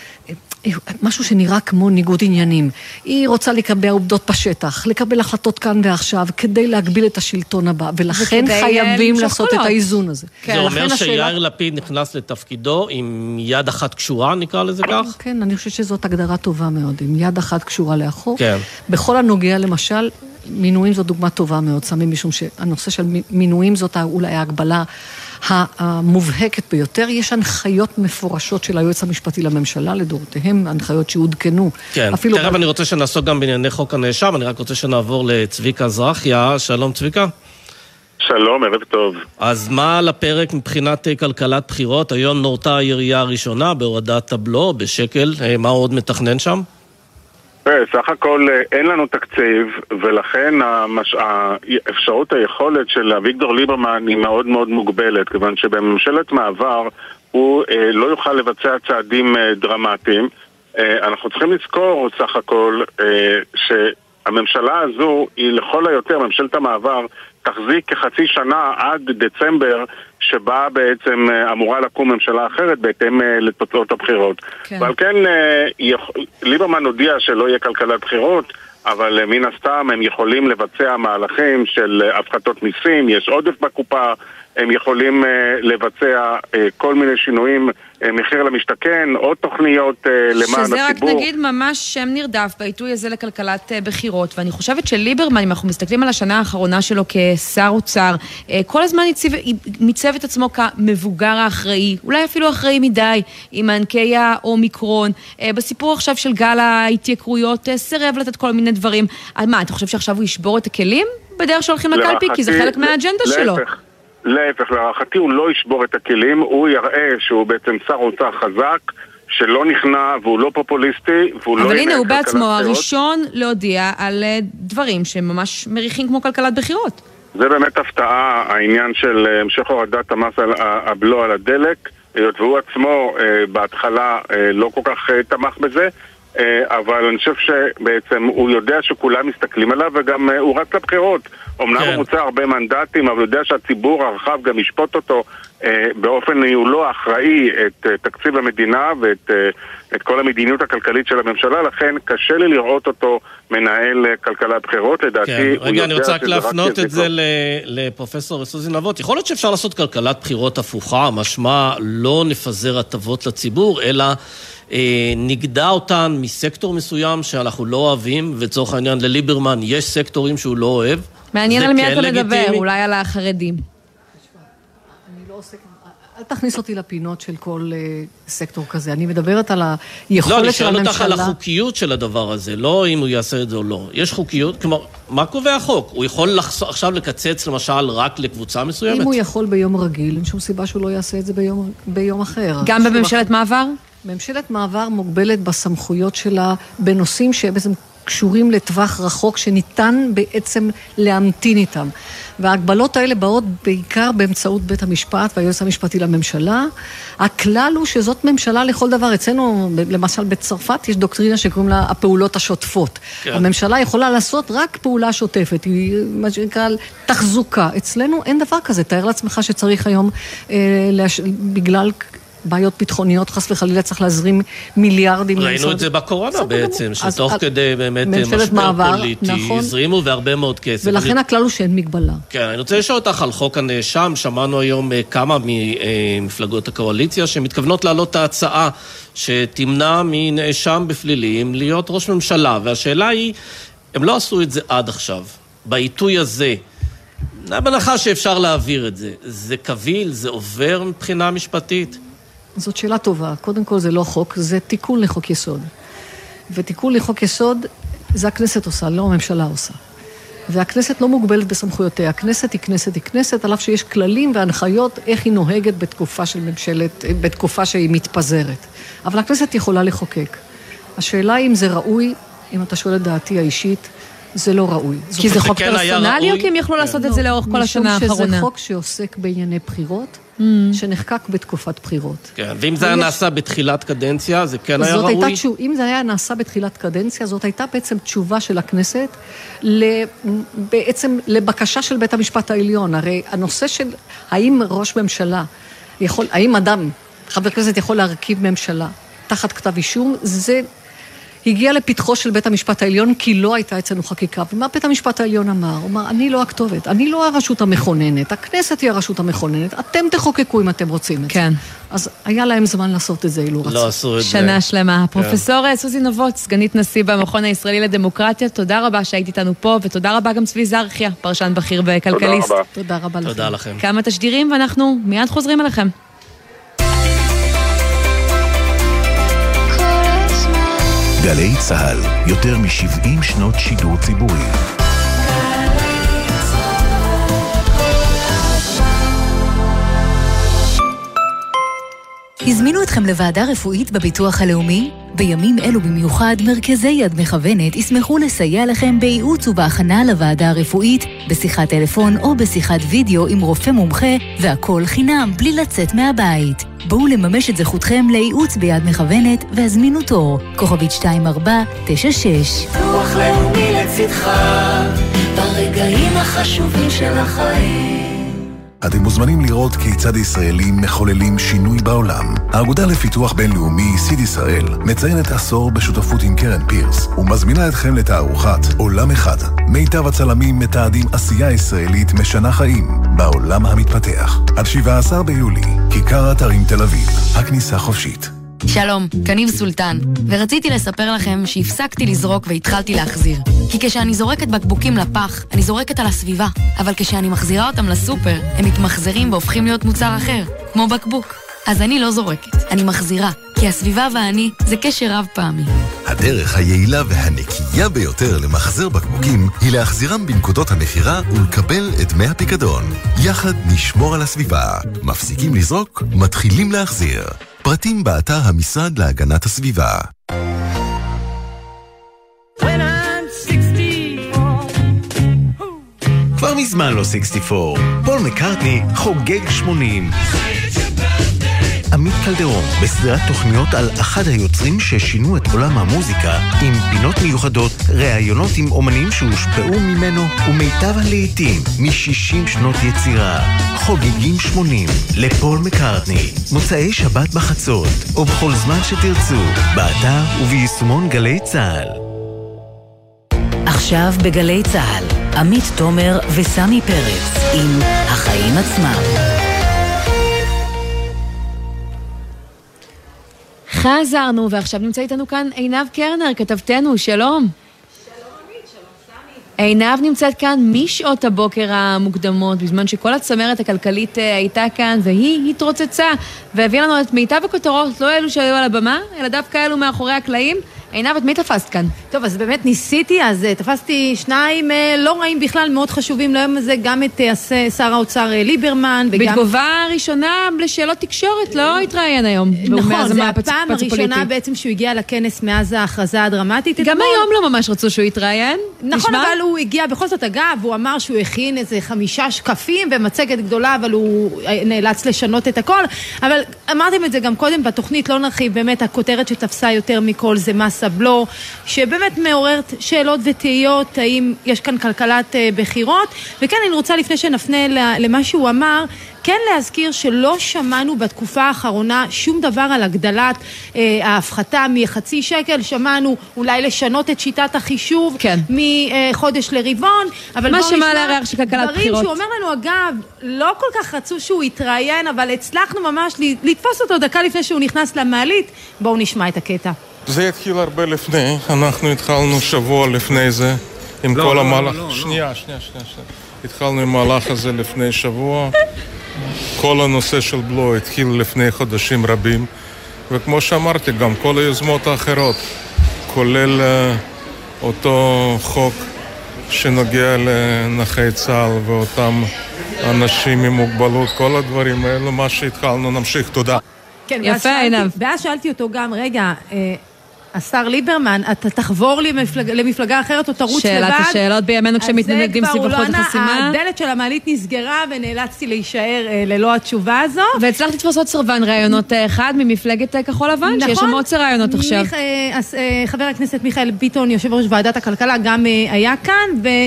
Speaker 7: משהו שנראה כמו ניגוד עניינים. היא רוצה לקבל עובדות בשטח, לקבל החלטות כאן ועכשיו, כדי להגביל את השלטון הבא, ולכן חייבים לעשות את האיזון הזה.
Speaker 2: זה אומר שיאיר לפיד נכנס לתפקידו עם יד אחת קשורה, נקרא לזה כך?
Speaker 7: כן, אני חושבת שזאת הגדרה טובה מאוד, עם יד אחת קשורה לאחור. בכל הנוגע, למשל, מינויים זו דוגמה טובה מאוד, שמים משום שהנושא של מינויים זאת אולי ההגבלה המובהקת ביותר. יש הנחיות מפורשות של היועץ המשפטי לממשלה, לדורותיהם, הנחיות שהודכנו.
Speaker 2: כן, תראה, אני רוצה שנעסוק גם בענייני חוק הנאשם, אני רק רוצה שנעבור לצביקה אזרחיה. שלום צביקה.
Speaker 8: שלום, ערב טוב.
Speaker 2: אז מה על הפרק מבחינת כלכלת בחירות? היום נורתה הירייה הראשונה בהורדת הבלו בשקל, מה עוד מתכנן שם?
Speaker 8: סך הכל אין לנו תקציב, ולכן האפשרות היכולת של אביגדור ליברמן היא מאוד מאוד מוגבלת, כיוון שבממשלת מעבר הוא לא יוכל לבצע צעדים דרמטיים. אנחנו צריכים לזכור סך הכל הממשלה הזו היא לכל היותר, ממשלת המעבר, תחזיק כחצי שנה עד דצמבר, שבה בעצם אמורה לקום ממשלה אחרת בהתאם לתוצאות הבחירות. כן. ועל כן ליברמן הודיע שלא יהיה כלכלת בחירות, אבל מן הסתם הם יכולים לבצע מהלכים של הפחתות מיסים, יש עודף בקופה, הם יכולים לבצע כל מיני שינויים, מחיר למשתכן, עוד תוכניות למען
Speaker 3: שזה
Speaker 8: הציבור.
Speaker 3: רק נגיד ממש שם נרדף בעיתוי הזה לכלכלת בחירות, ואני חושבת שליברמן, אם אנחנו מסתכלים על השנה האחרונה שלו כשר אוצר, כל הזמן מיצב את עצמו כמבוגר האחראי, אולי אפילו אחראי מדי, עם מענקי האומיקרון, בסיפור עכשיו של גל ההתייקרויות, סירב לתת כל מיני דברים. מה, אתה חושב שעכשיו הוא ישבור את הכלים? בדרך שהולכים לקלפי, כי זה חלק מהאג'נדה שלו.
Speaker 8: להפך, להערכתי הוא לא ישבור את הכלים, הוא יראה שהוא בעצם שר אוצר חזק, שלא נכנע והוא לא פופוליסטי, והוא לא...
Speaker 3: אבל הנה, הוא בעצמו הראשון להודיע על דברים שממש מריחים כמו כלכלת בחירות.
Speaker 8: זה באמת הפתעה, העניין של המשך הורדת המס על הבלו על הדלק, והוא עצמו בהתחלה לא כל כך תמך בזה, אבל אני חושב שבעצם הוא יודע שכולם מסתכלים עליו, וגם הוא רץ לבחירות. אמנם הוא מוצא הרבה מנדטים, אבל הוא יודע שהציבור הרחב גם ישפוט אותו באופן ניהולו אחראי את תקציב המדינה ואת כל המדיניות הכלכלית של הממשלה, לכן קשה לי לראות אותו מנהל כלכלת בחירות, לדעתי הוא
Speaker 2: רגע, אני רוצה רק להפנות את זה לפרופסור סוזי נבות. יכול להיות שאפשר לעשות כלכלת בחירות הפוכה, משמע לא נפזר הטבות לציבור, אלא נגדע אותן מסקטור מסוים שאנחנו לא אוהבים, וצורך העניין לליברמן יש סקטורים שהוא לא אוהב.
Speaker 3: מעניין על מי אתה מדבר, אולי על החרדים.
Speaker 7: אני לא עוסק, אל תכניס אותי לפינות של כל סקטור כזה. אני מדברת על היכולת של הממשלה... לא, אני שואל אותך על
Speaker 2: החוקיות של הדבר הזה, לא אם הוא יעשה את זה או לא. יש חוקיות, כלומר, מה קובע החוק? הוא יכול עכשיו לקצץ למשל רק לקבוצה מסוימת?
Speaker 7: אם הוא יכול ביום רגיל, אין שום סיבה שהוא לא יעשה את זה ביום אחר.
Speaker 3: גם בממשלת מעבר?
Speaker 7: ממשלת מעבר מוגבלת בסמכויות שלה בנושאים שבעצם קשורים לטווח רחוק שניתן בעצם להמתין איתם. וההגבלות האלה באות בעיקר באמצעות בית המשפט והיועץ המשפטי לממשלה. הכלל הוא שזאת ממשלה לכל דבר. אצלנו, למשל בצרפת, יש דוקטרינה שקוראים לה הפעולות השוטפות. כן. הממשלה יכולה לעשות רק פעולה שוטפת, היא מה שנקרא תחזוקה. אצלנו אין דבר כזה. תאר לעצמך שצריך היום, בגלל... בעיות ביטחוניות, חס וחלילה צריך להזרים מיליארדים.
Speaker 2: ראינו את זה בקורונה בעצם, שתוך כדי באמת משבר פוליטי, הזרימו והרבה מאוד כסף.
Speaker 7: ולכן הכלל הוא שאין מגבלה.
Speaker 2: כן, אני רוצה לשאול אותך על חוק הנאשם, שמענו היום כמה ממפלגות הקואליציה שמתכוונות להעלות את ההצעה שתמנע מנאשם בפלילים להיות ראש ממשלה, והשאלה היא, הם לא עשו את זה עד עכשיו, בעיתוי הזה, בהנחה שאפשר להעביר את זה, זה קביל, זה עובר מבחינה משפטית?
Speaker 7: זאת שאלה טובה. קודם כל זה לא חוק, זה תיקון לחוק יסוד. ותיקון לחוק יסוד זה הכנסת עושה, לא הממשלה עושה. והכנסת לא מוגבלת בסמכויותיה. הכנסת היא כנסת היא כנסת, על אף שיש כללים והנחיות איך היא נוהגת בתקופה שהיא מתפזרת. אבל הכנסת יכולה לחוקק. השאלה אם זה ראוי, אם אתה שואל את דעתי האישית, זה לא ראוי.
Speaker 3: כי זה חוק פרסונלי או כי הם יכלו לעשות את זה לאורך כל השנה האחרונה?
Speaker 7: משום שזה חוק שעוסק בענייני בחירות, שנחקק בתקופת בחירות.
Speaker 2: כן, ואם זה היה נעשה בתחילת קדנציה, זה כן היה ראוי?
Speaker 7: אם זה היה נעשה בתחילת קדנציה, זאת הייתה בעצם תשובה של הכנסת, בעצם לבקשה של בית המשפט העליון. הרי הנושא של האם ראש ממשלה יכול, האם אדם, חבר כנסת יכול להרכיב ממשלה תחת כתב אישום, זה הגיע לפתחו של בית המשפט העליון, כי לא הייתה אצלנו חקיקה. ומה בית המשפט העליון אמר? הוא אמר, אני לא הכתובת, אני לא הרשות המכוננת, הכנסת היא הרשות המכוננת, אתם תחוקקו אם אתם רוצים את זה.
Speaker 3: כן.
Speaker 7: אז היה להם זמן לעשות את זה, אילו רצו.
Speaker 2: לא עשו את זה.
Speaker 3: שנה שלמה. פרופסור סוזי נבות, סגנית נשיא במכון הישראלי לדמוקרטיה, תודה רבה שהיית איתנו פה, ותודה רבה גם צבי זרחיה, פרשן בכיר בכלכליסט.
Speaker 7: תודה רבה לכם.
Speaker 2: תודה לכם.
Speaker 3: כמה תשדירים, ואנחנו מיד חוזרים אליכם.
Speaker 9: גלי צהל, יותר מ-70 שנות שידור ציבורי.
Speaker 10: הזמינו אתכם לוועדה רפואית בביטוח הלאומי? בימים אלו במיוחד, מרכזי יד מכוונת ישמחו לסייע לכם בייעוץ ובהכנה לוועדה הרפואית, בשיחת טלפון או בשיחת וידאו עם רופא מומחה, והכל חינם בלי לצאת מהבית. בואו לממש את זכותכם לייעוץ ביד מכוונת והזמינו תור. כוכבית 2496.
Speaker 11: ביטוח לאומי לצדך ברגעים החשובים של החיים.
Speaker 9: אתם מוזמנים לראות כיצד ישראלים מחוללים שינוי בעולם. האגודה לפיתוח בינלאומי סיד ישראל מציינת עשור בשותפות עם קרן פירס ומזמינה אתכם לתערוכת עולם אחד. מיטב הצלמים מתעדים עשייה ישראלית משנה חיים בעולם המתפתח. עד 17 ביולי, כיכר אתרים תל אביב. הכניסה חופשית.
Speaker 12: שלום, קניב סולטן, ורציתי לספר לכם שהפסקתי לזרוק והתחלתי להחזיר. כי כשאני זורקת בקבוקים לפח, אני זורקת על הסביבה. אבל כשאני מחזירה אותם לסופר, הם מתמחזרים והופכים להיות מוצר אחר, כמו בקבוק. אז אני לא זורקת, אני מחזירה. כי הסביבה ואני זה קשר רב פעמי.
Speaker 13: הדרך היעילה והנקייה ביותר למחזר בקבוקים היא להחזירם בנקודות המחירה ולקבל את דמי הפיקדון. יחד נשמור על הסביבה. מפסיקים לזרוק, מתחילים להחזיר. פרטים באתר המשרד להגנת הסביבה.
Speaker 14: כבר מזמן לא 64. פול מקרטני חוגג 80. עמית קלדרון בסדרת תוכניות על אחד היוצרים ששינו את עולם המוזיקה, עם פינות מיוחדות, ראיונות עם אומנים שהושפעו ממנו ומיטב הלעיתים מ-60 שנות יצירה. חוגגים 80 לפול מקרטני, מוצאי שבת בחצות או בכל זמן שתרצו, באתר וביישומון גלי צהל.
Speaker 10: עכשיו בגלי צהל, עמית תומר וסמי פרץ עם החיים עצמם.
Speaker 3: חזרנו, ועכשיו נמצא איתנו כאן עינב קרנר, כתבתנו, שלום. עינב נמצאת כאן משעות הבוקר המוקדמות, בזמן שכל הצמרת הכלכלית הייתה כאן, והיא התרוצצה, והביאה לנו את מיטב הכותרות, לא אלו שהיו על הבמה, אלא דווקא אלו מאחורי הקלעים. עינב, את מי תפסת כאן?
Speaker 15: טוב, אז באמת ניסיתי, אז תפסתי שניים לא רעים בכלל, מאוד חשובים ליום הזה, גם את שר האוצר ליברמן, וגם...
Speaker 3: בתגובה ראשונה לשאלות תקשורת, לא התראיין היום.
Speaker 15: נכון, זה הפעם הראשונה בעצם שהוא הגיע לכנס מאז ההכרזה הדרמטית.
Speaker 3: גם היום לא ממש רצו שהוא יתראיין.
Speaker 15: נכון, אבל הוא הגיע בכל זאת אגב, הוא אמר שהוא הכין איזה 5 שקפים ומצגת גדולה, אבל הוא נאלץ לשנות את הכל. אבל אמרתם את זה גם קודם בתוכנית, לא נרחיב, באמת הכותרת שתפסה יותר מכל זה מס הבלו, שבאמת מעוררת שאלות ותהיות, האם יש כאן כלכלת בחירות, וכן אני רוצה לפני שנפנה למה שהוא אמר, כן להזכיר שלא שמענו בתקופה האחרונה שום דבר על הגדלת ההפחתה מחצי שקל, שמענו אולי לשנות את שיטת החישוב מחודש לרבעון, אבל
Speaker 3: מה שמעלה ריח של כלכלת בחירות.
Speaker 15: שהוא אומר לנו, אגב, לא כל כך רצו שהוא יתראיין, אבל הצלחנו ממש לתפוס אותו דקה לפני שהוא נכנס למעלית. בואו נשמע את הקטע.
Speaker 6: זה התחיל הרבה לפני, אנחנו התחלנו שבוע לפני זה עם כל המהלך. שנייה. התחלנו עם המהלך הזה לפני שבוע. כל הנושא של בלו התחיל לפני חודשים רבים, וכמו שאמרתי, גם כל היוזמות האחרות, כולל אותו חוק שנוגע לנכי צה"ל ואותם אנשים עם מוגבלות, כל הדברים האלה, מה שהתחלנו, נמשיך. תודה.
Speaker 15: כן, יפה, עינב. ואז שאלתי אותו גם, רגע, השר ליברמן, אתה תחבור למפלגה אחרת או תרוץ לבד?
Speaker 3: שאלת השאלות בימינו כשמתנגדים סביב אחוז החסימה.
Speaker 15: הדלת של המעלית נסגרה ונאלצתי להישאר ללא התשובה הזו.
Speaker 3: והצלחת לתפוס עוד סרבן רעיונות אחד ממפלגת כחול לבן, שיש שם עוד רעיונות עכשיו.
Speaker 15: חבר הכנסת מיכאל ביטון, יושב ראש ועדת הכלכלה, גם היה כאן,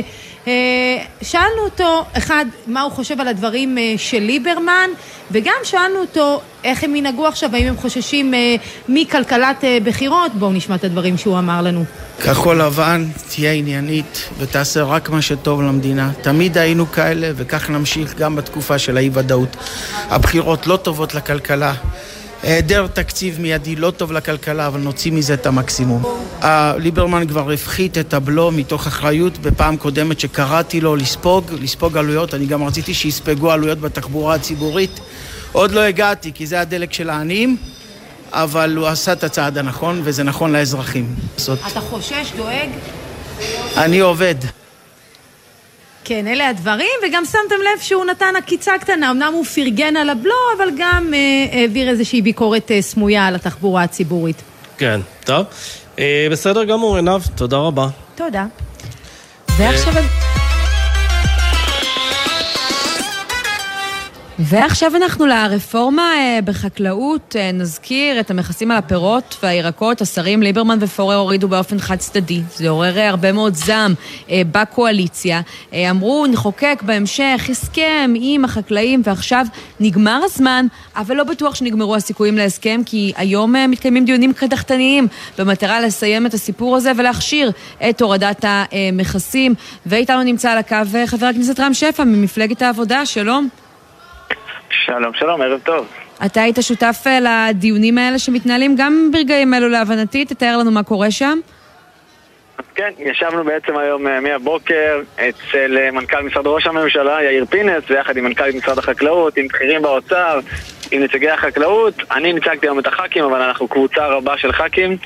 Speaker 15: שאלנו אותו, אחד, מה הוא חושב על הדברים של ליברמן, וגם שאלנו אותו איך הם ינהגו עכשיו, האם הם חוששים מכלכלת בחירות. בואו נשמע את הדברים שהוא אמר לנו.
Speaker 16: כחול לבן תהיה עניינית ותעשה רק מה שטוב למדינה. תמיד היינו כאלה וכך נמשיך גם בתקופה של האי-ודאות. הבחירות לא טובות לכלכלה. היעדר תקציב מיידי לא טוב לכלכלה, אבל נוציא מזה את המקסימום. ליברמן כבר הפחית את הבלו מתוך אחריות בפעם קודמת שקראתי לו לספוג עלויות. אני גם רציתי שיספגו עלויות בתחבורה הציבורית. עוד לא הגעתי כי זה הדלק של העניים, אבל הוא עשה את הצעד הנכון וזה נכון לאזרחים.
Speaker 15: אתה חושש, דואג?
Speaker 16: אני עובד.
Speaker 15: כן, אלה הדברים, וגם שמתם לב שהוא נתן עקיצה קטנה, אמנם הוא פרגן על הבלו, אבל גם העביר איזושהי ביקורת סמויה על התחבורה הציבורית.
Speaker 2: כן, טוב. בסדר גמור, עינב, תודה רבה.
Speaker 15: תודה.
Speaker 3: ועכשיו אנחנו לרפורמה בחקלאות, נזכיר את המכסים על הפירות והירקות, השרים ליברמן ופורר הורידו באופן חד צדדי, זה עורר הרבה מאוד זעם בקואליציה, אמרו נחוקק בהמשך הסכם עם החקלאים ועכשיו נגמר הזמן, אבל לא בטוח שנגמרו הסיכויים להסכם, כי היום מתקיימים דיונים קדחתניים במטרה לסיים את הסיפור הזה ולהכשיר את הורדת המכסים, ואיתנו נמצא על הקו חבר הכנסת רם שפע ממפלגת העבודה, שלום.
Speaker 17: שלום, שלום, ערב טוב.
Speaker 3: אתה היית שותף לדיונים האלה שמתנהלים גם ברגעים אלו להבנתי, תתאר לנו מה קורה שם.
Speaker 17: כן, ישבנו בעצם היום מהבוקר אצל מנכ"ל משרד ראש הממשלה יאיר פינס ויחד עם מנכ"ל משרד החקלאות, עם בכירים באוצר, עם נציגי החקלאות. אני ניצגתי היום את הח"כים, אבל אנחנו קבוצה רבה של ח"כים,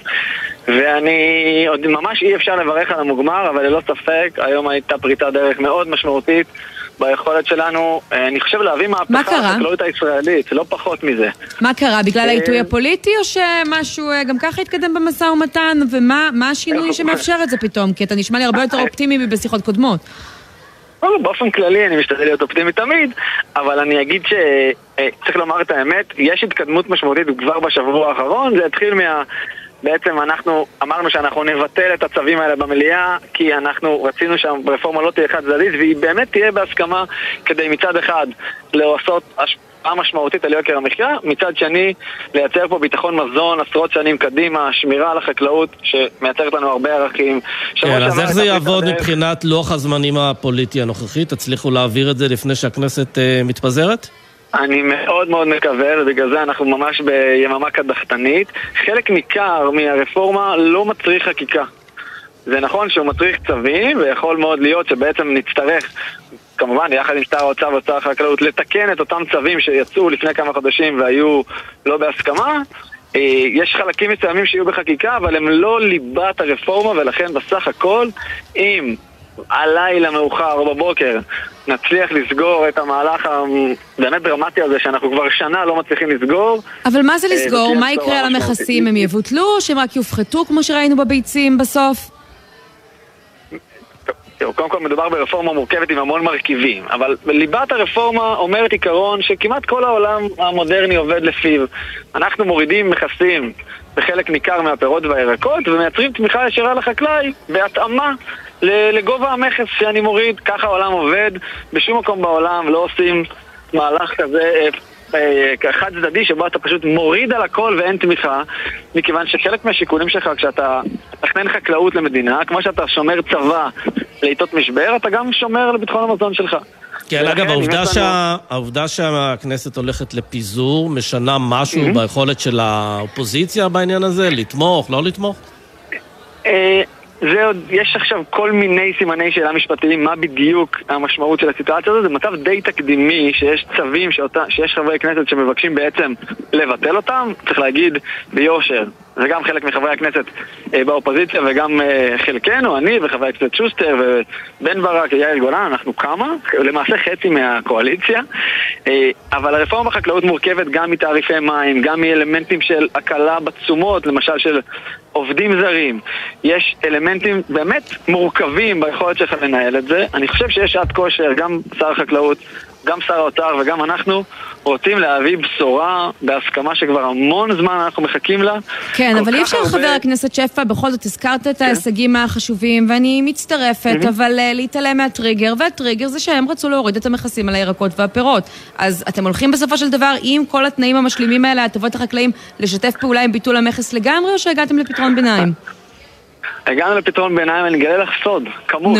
Speaker 17: ואני עוד ממש אי אפשר לברך על המוגמר, אבל ללא ספק היום הייתה פריצת דרך מאוד משמעותית ביכולת שלנו, אני חושב להביא מהפכה לחקלאות הישראלית, לא פחות מזה.
Speaker 3: מה קרה? בגלל העיתוי הפוליטי או שמשהו גם ככה התקדם במשא ומתן? ומה השינוי שמאפשר את זה פתאום? כי אתה נשמע לי הרבה יותר אופטימי מבשיחות קודמות.
Speaker 17: באופן כללי אני משתדל להיות אופטימי תמיד, אבל אני אגיד שצריך לומר את האמת, יש התקדמות משמעותית כבר בשבוע האחרון, זה התחיל בעצם אנחנו אמרנו שאנחנו נבטל את הצווים האלה במליאה, כי אנחנו רצינו שהרפורמה לא תהיה חד צדדית, והיא באמת תהיה בהסכמה כדי מצד אחד לעשות השפעה משמעותית על יוקר המחיה, מצד שני לייצר פה ביטחון מזון עשרות שנים קדימה, שמירה על החקלאות שמייצרת לנו הרבה ערכים.
Speaker 2: כן, אז איך זה יעבוד מבחינת לוח הזמנים הפוליטי הנוכחי? תצליחו להעביר את זה לפני שהכנסת מתפזרת?
Speaker 17: אני מאוד מאוד מקווה, ובגלל זה אנחנו ממש ביממה קדחתנית. חלק ניכר מהרפורמה לא מצריך חקיקה. זה נכון שהוא מצריך צווים, ויכול מאוד להיות שבעצם נצטרך, כמובן, יחד עם שר האוצר ושר החקלאות, לתקן את אותם צווים שיצאו לפני כמה חודשים והיו לא בהסכמה. יש חלקים מסוימים שיהיו בחקיקה, אבל הם לא ליבת הרפורמה, ולכן בסך הכל, אם הלילה מאוחר או בבוקר נצליח לסגור את המהלך הבאמת דרמטי הזה שאנחנו כבר שנה לא מצליחים לסגור.
Speaker 3: אבל מה זה לסגור? מה יקרה על המכסים? הם יבוטלו או שהם רק יופחתו כמו שראינו בביצים בסוף?
Speaker 17: קודם כל מדובר ברפורמה מורכבת עם המון מרכיבים, אבל ליבת הרפורמה אומרת עיקרון שכמעט כל העולם המודרני עובד לפיו. אנחנו מורידים מכסים בחלק ניכר מהפירות והירקות ומייצרים תמיכה ישירה לחקלאי בהתאמה לגובה המכס שאני מוריד. ככה העולם עובד, בשום מקום בעולם לא עושים מהלך כזה חד צדדי שבו אתה פשוט מוריד על הכל ואין תמיכה, מכיוון שחלק מהשיקולים שלך כשאתה תכנן חקלאות למדינה, כמו שאתה שומר צבא לעיתות משבר, אתה גם שומר לביטחון המזון שלך.
Speaker 2: כן, אגב, העובדה שהכנסת הולכת לפיזור משנה משהו ביכולת של האופוזיציה בעניין הזה? לתמוך, לא לתמוך?
Speaker 17: זה עוד, יש עכשיו כל מיני סימני שאלה משפטיים, מה בדיוק המשמעות של הסיטואציה הזאת. זה מצב די תקדימי שיש צווים שיש חברי כנסת שמבקשים בעצם לבטל אותם, צריך להגיד ביושר. זה גם חלק מחברי הכנסת באופוזיציה וגם חלקנו, אני וחברי הכנסת שוסטר ובן ברק, יאיר גולן, אנחנו כמה, למעשה חצי מהקואליציה. אבל הרפורמה בחקלאות מורכבת גם מתעריפי מים, גם מאלמנטים של הקלה בתשומות, למשל של עובדים זרים. יש אלמנטים באמת מורכבים ביכולת שלך לנהל את זה. אני חושב שיש שעת כושר, גם שר החקלאות, גם שר האוצר וגם אנחנו רוצים להביא בשורה בהסכמה שכבר המון זמן אנחנו מחכים לה.
Speaker 3: כן, אבל אי אפשר חבר הכנסת שפע, בכל זאת הזכרת את ההישגים החשובים ואני מצטרפת, אבל להתעלם מהטריגר, והטריגר זה שהם רצו להוריד את המכסים על הירקות והפירות. אז אתם הולכים בסופו של דבר עם כל התנאים המשלימים האלה, הטבות החקלאים, לשתף פעולה עם ביטול המכס לגמרי או שהגעתם לפתרון ביניים?
Speaker 17: הגענו לפתרון ביניים, אני אגלה לך סוד, כמוך.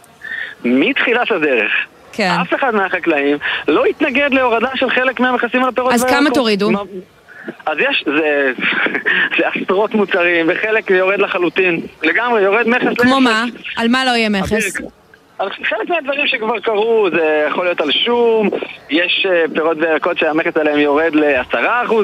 Speaker 17: מתחילת הדרך.
Speaker 3: כן.
Speaker 17: אף אחד מהחקלאים לא יתנגד להורדה של חלק מהמכסים על הפירות
Speaker 3: והירקות. אז כמה תורידו?
Speaker 17: אז יש, זה עשרות מוצרים, וחלק יורד לחלוטין. לגמרי, יורד מכס.
Speaker 3: כמו מה? על מה לא יהיה מכס?
Speaker 17: חלק מהדברים שכבר קרו, זה יכול להיות על שום, יש פירות וירקות שהמכס עליהם יורד ל10%,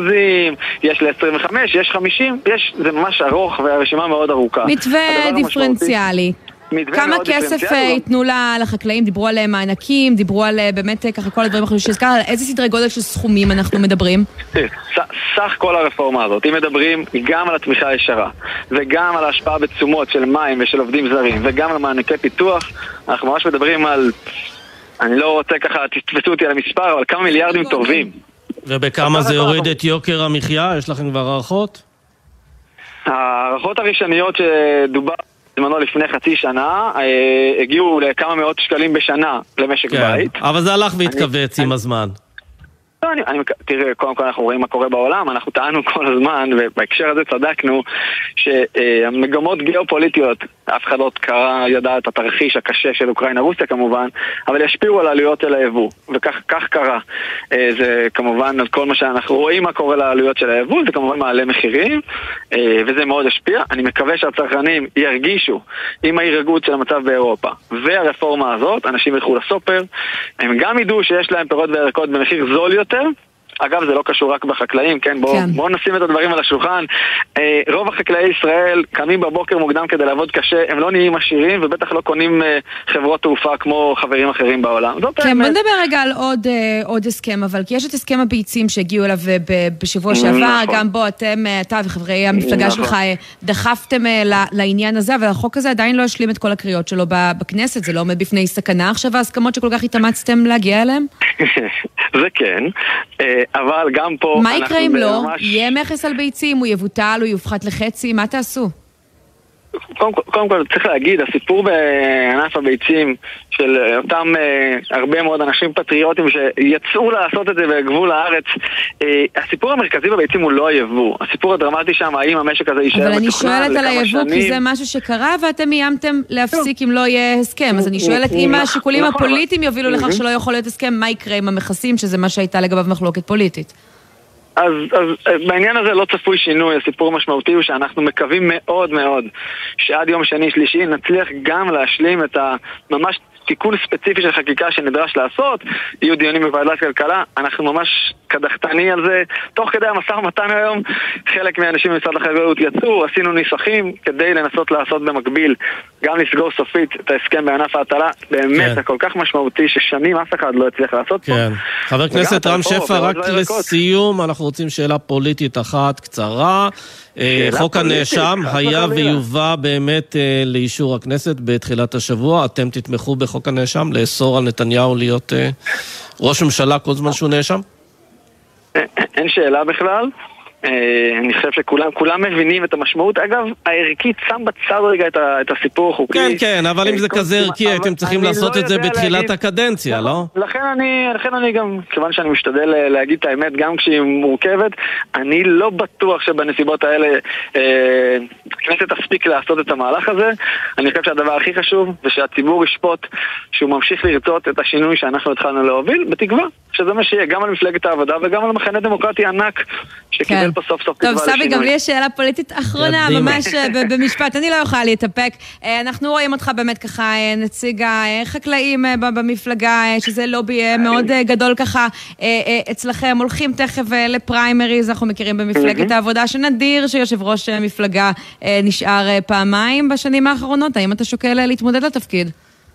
Speaker 17: יש ל25, יש 50, זה ממש ארוך והרשימה מאוד ארוכה.
Speaker 3: מתווה דיפרנציאלי. כמה כסף ייתנו לחקלאים? דיברו על מענקים, דיברו על באמת ככה כל הדברים אחרים שהזכר, על איזה סדרי גודל של סכומים אנחנו מדברים?
Speaker 17: סך כל הרפורמה הזאת, אם מדברים גם על התמיכה הישרה וגם על ההשפעה בתשומות של מים ושל עובדים זרים וגם על מענקי פיתוח, אנחנו ממש מדברים על, אני לא רוצה ככה, תתפסו אותי על המספר, אבל כמה מיליארדים טובים.
Speaker 2: ובכמה זה יוריד את יוקר המחיה? יש לכם כבר הערכות?
Speaker 17: הערכות הראשוניות שדובר בזמנו לפני חצי שנה, הגיעו לכמה מאות שקלים בשנה למשק בית.
Speaker 2: אבל זה הלך והתכווץ עם הזמן.
Speaker 17: תראה, קודם כל אנחנו רואים מה קורה בעולם, אנחנו טענו כל הזמן, ובהקשר הזה צדקנו, שהמגמות גיאופוליטיות, אף אחד לא ידע את התרחיש הקשה של אוקראינה-רוסיה כמובן, אבל ישפיעו על העלויות של היבוא, וכך קרה. זה כמובן, כל מה שאנחנו רואים מה קורה לעלויות של היבוא, זה כמובן מעלה מחירים, וזה מאוד השפיע. אני מקווה שהצרכנים ירגישו עם ההירגעות של המצב באירופה, והרפורמה הזאת, אנשים ילכו לסופר, הם גם ידעו שיש להם פירות וירקות במחיר זול יותר. אגב, זה לא קשור רק בחקלאים, כן? בואו נשים את הדברים על השולחן. רוב החקלאי ישראל קמים בבוקר מוקדם כדי לעבוד קשה, הם לא נהיים עשירים ובטח לא קונים חברות תעופה כמו חברים אחרים בעולם.
Speaker 3: כן, בוא נדבר רגע על עוד הסכם, אבל כי יש את הסכם הביצים שהגיעו אליו בשבוע שעבר, גם בו אתה וחברי המפלגה שלך דחפתם לעניין הזה, אבל החוק הזה עדיין לא השלים את כל הקריאות שלו בכנסת, זה לא עומד בפני סכנה עכשיו ההסכמות שכל כך התאמצתם להגיע אליהם?
Speaker 17: זה כן, אבל גם פה...
Speaker 3: מה יקרה אם לא? יהיה מכס על ביצים, הוא יבוטל, הוא יופחת לחצי, מה תעשו?
Speaker 17: קודם כל צריך להגיד, הסיפור בענף הביצים של אותם הרבה מאוד אנשים פטריוטים שיצאו לעשות את זה בגבול הארץ, הסיפור המרכזי בביצים הוא לא היבוא. הסיפור הדרמטי שם, האם המשק הזה יישאר מתוכנן לכמה שנים.
Speaker 3: אבל אני שואלת על היבוא כי זה משהו שקרה ואתם איימתם להפסיק אם לא יהיה הסכם. אז אני שואלת אם השיקולים הפוליטיים יובילו לכך שלא יכול להיות הסכם, מה יקרה עם המכסים, שזה מה שהייתה לגביו מחלוקת פוליטית.
Speaker 17: אז בעניין הזה לא צפוי שינוי. הסיפור המשמעותי הוא שאנחנו מקווים מאוד מאוד שעד יום שני שלישי נצליח גם להשלים את ממש תיקון ספציפי של חקיקה שנדרש לעשות. יהיו דיונים בוועדת כלכלה, אנחנו ממש קדחתני על זה. תוך כדי המשא ומתן היום, חלק מהאנשים במשרד החקלאות יצאו, עשינו ניסוחים כדי לנסות לעשות במקביל, גם לסגור סופית את ההסכם בענף ההטלה, באמת הכל כך משמעותי ששנים אף אחד לא הצליח לעשות פה.
Speaker 2: חבר הכנסת רם שפע, רק לסיום, אנחנו רוצים שאלה פוליטית אחת קצרה. חוק הנאשם היה ויובא באמת לאישור הכנסת בתחילת השבוע. אתם תתמכו בחוק הנאשם, לאסור על נתניהו להיות ראש ממשלה כל זמן שהוא נאשם?
Speaker 17: אין שאלה בכלל. אני חושב שכולם מבינים את המשמעות. אגב, הערכית שם בצד רגע את הסיפור החוקי.
Speaker 2: כן, אבל אם זה כזה ערכי, אתם צריכים לעשות את זה בתחילת הקדנציה, לא?
Speaker 17: לכן אני גם, כיוון שאני משתדל להגיד את האמת, גם כשהיא מורכבת, אני לא בטוח שבנסיבות האלה הכנסת תספיק לעשות את המהלך הזה. אני חושב שהדבר הכי חשוב זה שהציבור ישפוט שהוא ממשיך לרצות את השינוי שאנחנו התחלנו להוביל, בתקווה שזה מה שיהיה גם על מפלגת העבודה וגם על המחנה דמוקרטי ענק שקיבל פה סוף סוף תקווה לשינוי.
Speaker 3: טוב, סבי, גם לי יש שאלה פוליטית אחרונה, ממש במשפט, אני לא יכולה להתאפק. אנחנו רואים אותך באמת ככה, נציג החקלאים במפלגה, שזה לובי מאוד גדול ככה אצלכם, הולכים תכף לפריימריז, אנחנו מכירים במפלגת העבודה, שנדיר שיושב ראש מפלגה נשאר פעמיים בשנים האחרונות, האם אתה שוקל להתמודד לתפקיד?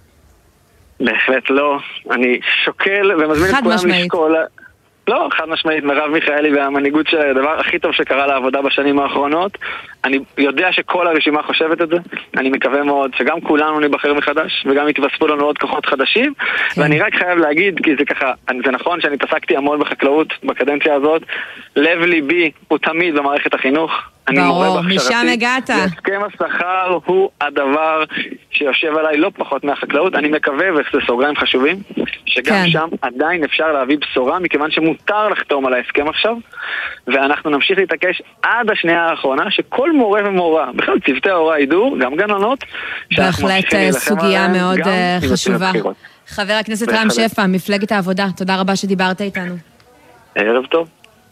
Speaker 17: בהחלט לא, אני שוקל ומזמין את כולם לשקול. לא, חד משמעית, מרב מיכאלי והמנהיגות של הדבר הכי טוב שקרה לעבודה בשנים האחרונות. אני יודע שכל הרשימה חושבת את זה. אני מקווה מאוד שגם כולנו נבחר מחדש, וגם יתווספו לנו עוד כוחות חדשים. ואני רק חייב להגיד, כי זה ככה, זה נכון שאני התעסקתי המון בחקלאות בקדנציה הזאת. לב ליבי הוא תמיד במערכת החינוך.
Speaker 3: ברור, משם הגעת.
Speaker 17: הסכם השכר הוא הדבר שיושב עליי לא פחות מהחקלאות. אני מקווה, וזה סוגריים חשובים, שגם שם עדיין אפשר להביא בשורה, מכיוון שמותר לחתום על ההסכם עכשיו, ואנחנו נמשיך להתעקש עד השנייה האחרונה, שכל מורה ומורה, בכלל צוותי ההוראה ידעו, גם גננות,
Speaker 3: בהחלט סוגיה מאוד חשובה. חבר הכנסת רם שפע, מפלגת העבודה, תודה רבה שדיברת איתנו.
Speaker 17: ערב טוב.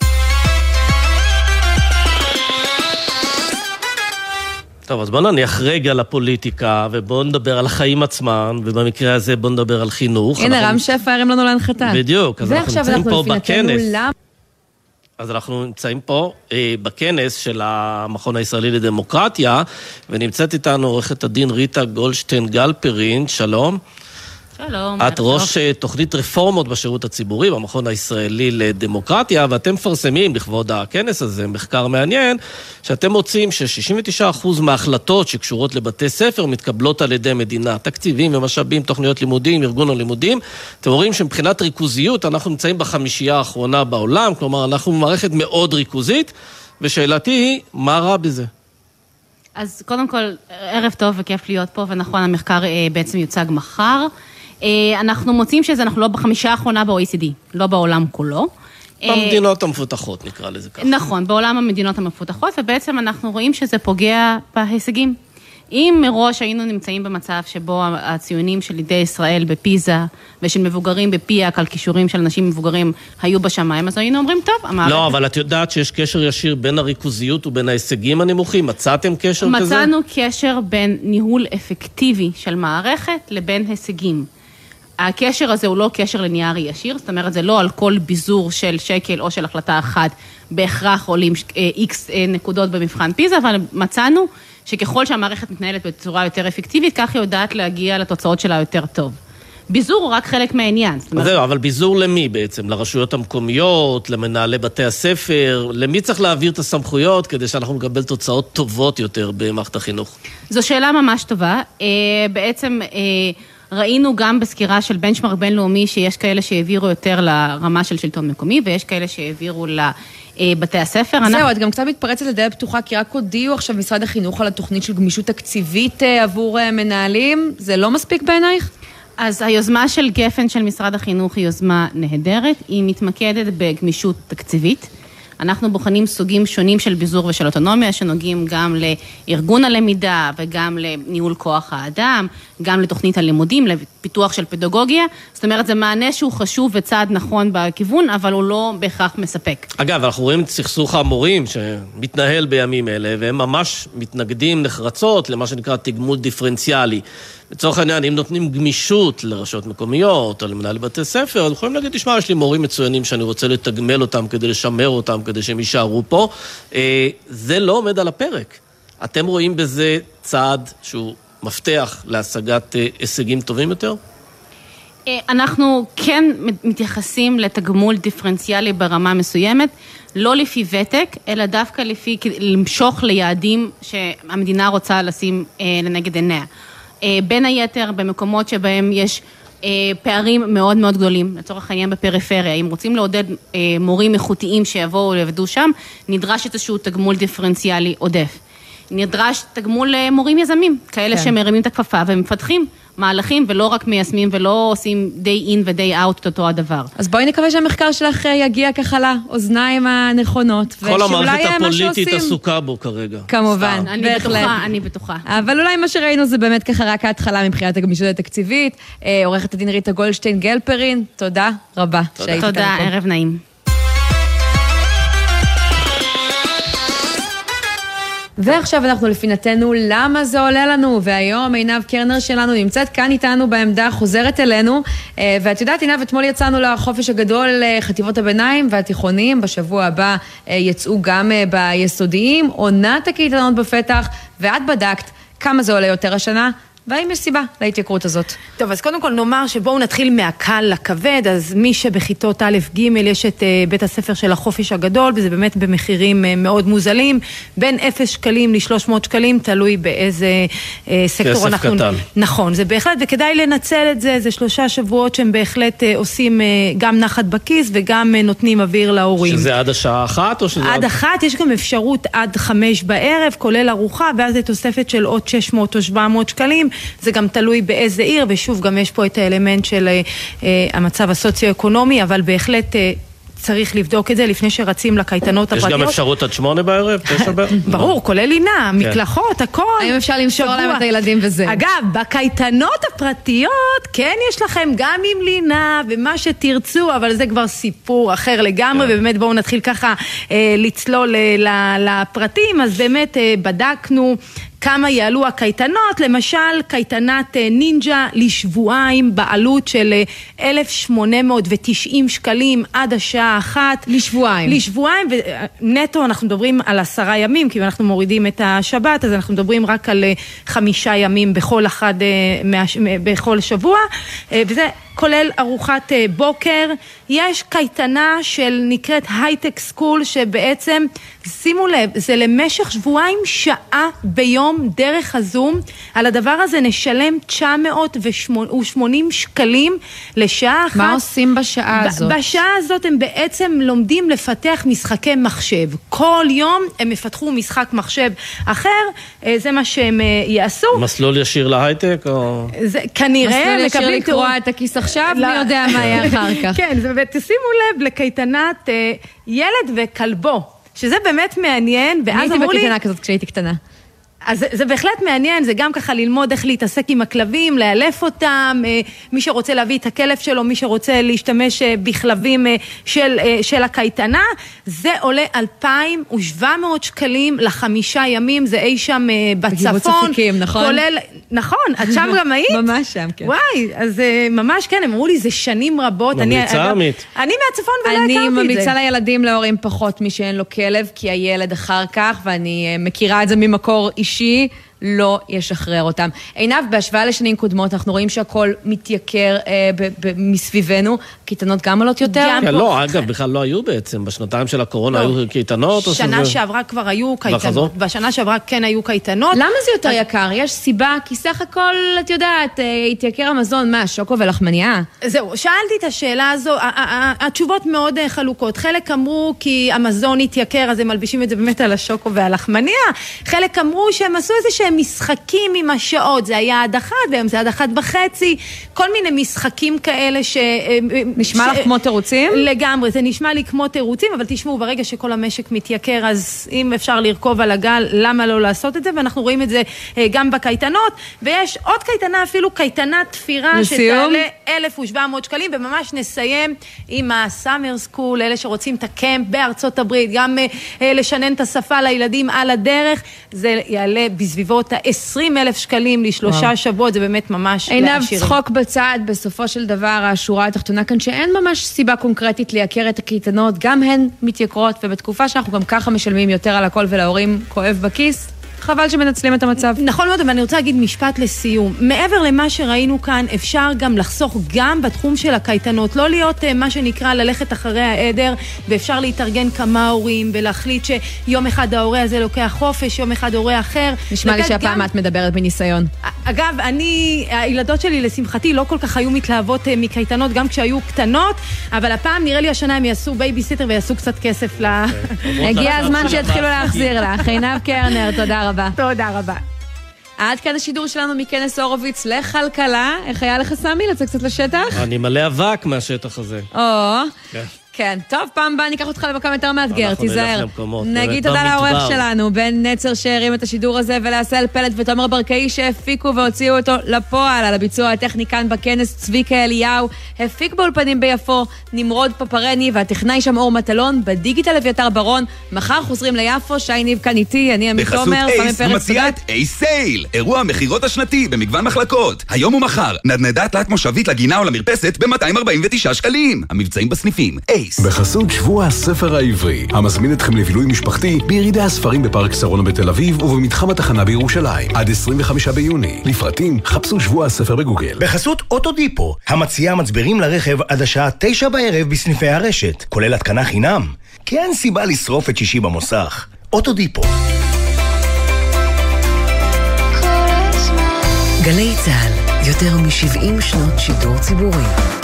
Speaker 2: טוב, אז בוא נניח רגע לפוליטיקה, ובוא נדבר על החיים עצמם, ובמקרה הזה בוא נדבר על חינוך.
Speaker 3: הנה, רם שפע הרים לנו להנחתה.
Speaker 2: בדיוק, אז אנחנו נמצאים פה בכנס. אז אנחנו נמצאים פה בכנס של המכון הישראלי לדמוקרטיה, ונמצאת איתנו עורכת הדין ריטה גולדשטיין גלפרין, שלום.
Speaker 18: שלום.
Speaker 2: את ראש תוכנית רפורמות בשירות הציבורי במכון הישראלי לדמוקרטיה, ואתם מפרסמים לכבוד הכנס הזה, מחקר מעניין, שאתם מוצאים ש69% מההחלטות שקשורות לבתי ספר מתקבלות על ידי מדינה, תקציבים ומשאבים, תוכניות לימודים, ארגון הלימודים. אתם רואים שמבחינת ריכוזיות אנחנו נמצאים בחמישייה האחרונה בעולם, כלומר אנחנו במערכת מאוד ריכוזית, ושאלתי היא, מה רע בזה?
Speaker 18: אז קודם כל, ערב טוב וכיף להיות פה, ונכון, המחקר בעצם יוצג מחר. אנחנו מוצאים אנחנו לא בחמישה האחרונה ב-OECD, לא בעולם כולו.
Speaker 2: במדינות המפותחות, נקרא לזה ככה.
Speaker 18: נכון, בעולם המדינות המפותחות, ובעצם אנחנו רואים שזה פוגע בהישגים. אם מראש היינו נמצאים במצב שבו הציונים של ילידי ישראל בפיזה, ושל מבוגרים בפיאק על כישורים של אנשים מבוגרים היו בשמיים, אז היינו אומרים, טוב, המערכת...
Speaker 2: לא, אבל את יודעת שיש קשר ישיר בין הריכוזיות ובין ההישגים הנמוכים? מצאתם קשר כזה?
Speaker 18: מצאנו קשר בין ניהול אפקטיבי של מערכת לבין הישגים. הקשר הזה הוא לא קשר ליניארי ישיר, זאת אומרת, זה לא על כל ביזור של שקל או של החלטה אחת, בהכרח עולים X נקודות במבחן פיזה, אבל מצאנו שככל שהמערכת מתנהלת בצורה יותר אפקטיבית, כך היא יודעת להגיע לתוצאות שלה יותר טוב. ביזור הוא רק חלק מהעניין.
Speaker 2: זהו, אבל ביזור למי בעצם? לרשויות המקומיות, למנהלי בתי הספר, למי צריך להעביר את הסמכויות כדי שאנחנו נקבל תוצאות טובות יותר במערכת החינוך?
Speaker 18: זו שאלה ממש טובה. בעצם ראינו גם בסקירה של בנצ'מרק בינלאומי שיש כאלה שהעבירו יותר לרמה של שלטון מקומי, ויש כאלה שהעבירו לבתי הספר.
Speaker 3: זהו, את גם קצת מתפרצת לדלת פתוחה, כי רק הודיעו עכשיו משרד החינוך על התוכנית של גמישות תקציבית עבור מנהלים. זה לא מספיק בעינייך?
Speaker 18: אז היוזמה של גפן של משרד החינוך היא יוזמה נהדרת, היא מתמקדת בגמישות תקציבית. אנחנו בוחנים סוגים שונים של ביזור ושל אוטונומיה, שנוגעים גם לארגון הלמידה וגם לניהול כוח האדם, גם לתוכנית הלימודים, לפיתוח של פדגוגיה. זאת אומרת, זה מענה שהוא חשוב וצעד נכון בכיוון, אבל הוא לא בהכרח מספק.
Speaker 2: אגב, אנחנו רואים את סכסוך המורים שמתנהל בימים אלה, והם ממש מתנגדים נחרצות למה שנקרא תגמול דיפרנציאלי. לצורך העניין, אם נותנים גמישות לרשויות מקומיות או למנהלי בתי ספר, אז יכולים להגיד, תשמע, יש לי מורים מצוינים שאני רוצה לתגמל אותם כדי לשמר אותם, כדי שהם יישארו פה. זה לא עומד על הפרק. אתם רואים בזה צעד שהוא מפתח להשגת הישגים טובים יותר?
Speaker 18: אנחנו כן מתייחסים לתגמול דיפרנציאלי ברמה מסוימת, לא לפי ותק, אלא דווקא לפי למשוך ליעדים שהמדינה רוצה לשים לנגד עיניה. בין היתר במקומות שבהם יש פערים מאוד מאוד גדולים, לצורך העניין בפריפריה, אם רוצים לעודד מורים איכותיים שיבואו ולעבדו שם, נדרש איזשהו תגמול דיפרנציאלי עודף. נדרש תגמול מורים יזמים, כאלה שמרימים את הכפפה ומפתחים מהלכים ולא רק מיישמים ולא עושים day in ו-day out את אותו הדבר.
Speaker 3: אז בואי נקווה שהמחקר שלך יגיע ככה לאוזניים הנכונות.
Speaker 2: כל המערכת הפוליטית עסוקה בו כרגע.
Speaker 3: כמובן,
Speaker 18: אני בטוחה.
Speaker 3: אבל אולי מה שראינו זה באמת ככה רק ההתחלה מבחינת הגמישות התקציבית. עורכת הדין ריטה גולדשטיין גלפרין, תודה רבה.
Speaker 18: תודה, ערב נעים.
Speaker 3: ועכשיו אנחנו לפינתנו למה זה עולה לנו, והיום עינב קרנר שלנו נמצאת כאן איתנו בעמדה, חוזרת אלינו, ואת יודעת עינב, אתמול יצאנו לחופש הגדול חטיבות הביניים והתיכונים, בשבוע הבא יצאו גם ביסודיים, עונת הקייטנות בפתח, ואת בדקת כמה זה עולה יותר השנה, והאם יש סיבה להתייקרות הזאת?
Speaker 15: טוב, אז קודם כל נאמר שבואו נתחיל מהקל לכבד, אז מי שבכיתות א' ג' יש את בית הספר של החופש הגדול, וזה באמת במחירים מאוד מוזלים, בין 0 שקלים ל-300 שקלים, תלוי באיזה סקטור אנחנו...
Speaker 2: כסף קטן.
Speaker 15: נכון, זה בהחלט, וכדאי לנצל את זה, זה 3 שבועות שהם בהחלט עושים גם נחת בכיס, וגם נותנים אוויר להורים.
Speaker 2: שזה עד השעה 1 או שזה...
Speaker 15: עד 1, יש גם אפשרות עד 5 בערב, כולל ארוחה, ואז זה תוספת של עוד 600 או 700 שקלים, זה גם תלוי באיזה עיר, ושוב גם יש פה את האלמנט של המצב הסוציו-אקונומי, אבל בהחלט צריך לבדוק את זה לפני שרצים לקייטנות הפרטיות.
Speaker 2: יש גם אפשרות עד 8 בערב? 9 בערב?
Speaker 15: ברור, כולל לינה, מקלחות, הכל.
Speaker 3: האם אפשר למשור להם את הילדים וזה?
Speaker 15: אגב, בקייטנות הפרטיות, כן יש לכם גם עם לינה ומה שתרצו, אבל זה כבר סיפור אחר לגמרי, ובאמת בואו נתחיל ככה לצלול לפרטים, אז באמת בדקנו כמה יעלו הקייטנות, למשל קייטנת נינג'ה לשבועיים בעלות של 1,890 שקלים עד השעה 1.
Speaker 3: לשבועיים.
Speaker 15: לשבועיים, ונטו אנחנו מדברים על 10 ימים, כי אנחנו מורידים את השבת, אז אנחנו מדברים רק על 5 ימים בכל שבוע, וזה כולל ארוחת בוקר. יש קייטנה של נקראת הייטק סקול, שבעצם, שימו לב, זה למשך שבועיים שעה ביום דרך הזום. על הדבר הזה נשלם 980 שקלים לשעה אחת.
Speaker 3: מה עושים בשעה הזאת?
Speaker 15: בשעה הזאת הם בעצם לומדים לפתח משחקי מחשב. כל יום הם יפתחו משחק מחשב אחר, זה מה שהם יעשו. מסלול
Speaker 2: ישיר להייטק או...
Speaker 15: זה כנראה...
Speaker 3: מסלול ישיר לקרוע את הכיס עכשיו, מי יודע מה יהיה אחר כך.
Speaker 15: כן, ותשימו לב לקייטנת ילד וכלבו, שזה באמת מעניין, ואז אמרו לי...
Speaker 3: הייתי בקייטנה כזאת כשהייתי קטנה.
Speaker 15: אז זה בהחלט מעניין, זה גם ככה ללמוד איך להתעסק עם הכלבים, לאלף אותם, מי שרוצה להביא את הכלב שלו, מי שרוצה להשתמש בכלבים של הקייטנה, זה עולה 2,700 שקלים ל5 ימים, זה אי שם בצפון.
Speaker 3: בקיבוץ אפיקים, נכון?
Speaker 15: כולל, נכון, את שם גם היית?
Speaker 3: ממש שם, כן.
Speaker 15: וואי, אז ממש כן, הם אמרו לי, זה שנים רבות.
Speaker 2: ממליצה, עמית.
Speaker 15: אני מהצפון ולא הכרתי את זה.
Speaker 3: אני ממליצה לילדים להורים פחות מי שאין לו כלב, כי הילד אחר כך, ואני מכירה את זה ממקור אישי, לא ישחרר אותם. עינב, בהשוואה לשנים קודמות, אנחנו רואים שהכל מתייקר מסביבנו. קייטנות גם עלות יותר?
Speaker 2: לא, אגב, בכלל לא היו בעצם. בשנתיים של הקורונה היו קייטנות?
Speaker 15: שנה שעברה כבר היו קייטנות. בשנה שעברה כן היו קייטנות.
Speaker 3: למה זה יותר יקר? יש סיבה, כי סך הכל, את יודעת, התייקר המזון, מה, שוקו ולחמניה?
Speaker 15: זהו, שאלתי את השאלה הזו, התשובות מאוד חלוקות. חלק אמרו כי המזון התייקר, אז הם מלבישים את זה באמת על השוקו והלחמניה. חלק אמרו שהם עשו איזה שהם משחקים עם השעות, זה היה עד 1, והיום זה עד 1:30, כל מיני משחקים כאלה
Speaker 3: נשמע לך כמו תירוצים?
Speaker 15: לגמרי, זה נשמע לי כמו תירוצים, אבל תשמעו, ברגע שכל המשק מתייקר, אז אם אפשר לרכוב על הגל, למה לא לעשות את זה? ואנחנו רואים את זה גם בקייטנות, ויש עוד קייטנה, אפילו קייטנת תפירה, שתעלה 1,700 שקלים, וממש נסיים עם הסאמר סקול, אלה שרוצים את הקמפ בארצות הברית, גם לשנן את השפה לילדים על הדרך, זה יעלה בסביבות ה-20,000 שקלים ל3 שבועות, זה באמת ממש
Speaker 3: לעשירים. עינב, צחוק בצד, בסופו של דבר, השורה התחתונה כאן, שאין ממש סיבה קונקרטית לייקר את הקייטנות, גם הן מתייקרות, ובתקופה שאנחנו גם ככה משלמים יותר על הכל ולהורים כואב בכיס, חבל שמנצלים את המצב.
Speaker 15: נכון מאוד, אבל אני רוצה להגיד משפט לסיום. מעבר למה שראינו כאן, אפשר גם לחסוך גם בתחום של הקייטנות, לא להיות מה שנקרא ללכת אחרי העדר, ואפשר להתארגן כמה הורים, ולהחליט שיום אחד ההורה הזה לוקח חופש, יום אחד הורה אחר.
Speaker 3: נשמע לי שהפעם את מדברת בניסיון.
Speaker 15: אגב, הילדות שלי לשמחתי לא כל כך היו מתלהבות מקייטנות, גם כשהיו קטנות, אבל הפעם נראה לי השנה הם יעשו בייביסיטר ויעשו קצת כסף
Speaker 3: הגיע הזמן שיתחילו להחזיר לך. עינב קרנר, תודה רבה.
Speaker 15: תודה רבה.
Speaker 3: עד כאן השידור שלנו מכנס הורוביץ לכלכלה. איך היה לך סמי? לצא קצת לשטח?
Speaker 2: אני מלא אבק מהשטח הזה.
Speaker 3: כן, טוב, פעם הבאה ניקח אותך למקום יותר מאתגר, תיזהר. נגיד תודה לעורך שלנו, בן נצר שהרים את השידור הזה, ולעשל פלט ותומר ברקאי שהפיקו והוציאו אותו לפועל. על הביצוע הטכני כאן בכנס צביקה אליהו, הפיק באולפנים ביפו נמרוד פפרני, והטכנאי שם אור מטלון, בדיגיטל אביתר ברון. מחר חוזרים ליפו, שי ניב כאן איתי, אני עמית תומר,
Speaker 19: סמי פרץ. מציעה את A-Sale, אירוע המחירות השנתי במגוון מחלקות. היום ומחר, נדנדה תלת מושבית לגינה או למרפסת ב-249 שקלים. המבצעים בסניפים.
Speaker 9: בחסות שבוע הספר העברי, המזמין אתכם לבילוי משפחתי בירידי הספרים בפארק שרונה בתל אביב ובמתחם התחנה בירושלים. עד 25 ביוני. לפרטים, חפשו שבוע הספר בגוגל.
Speaker 20: בחסות אוטודיפו, המציעה מצברים לרכב עד השעה 9 בערב בסניפי הרשת, כולל התקנה חינם. כי אין סיבה לשרוף את שישי במוסך. אוטודיפו.
Speaker 21: גלי צהל, יותר מ-70 שנות שידור ציבורי.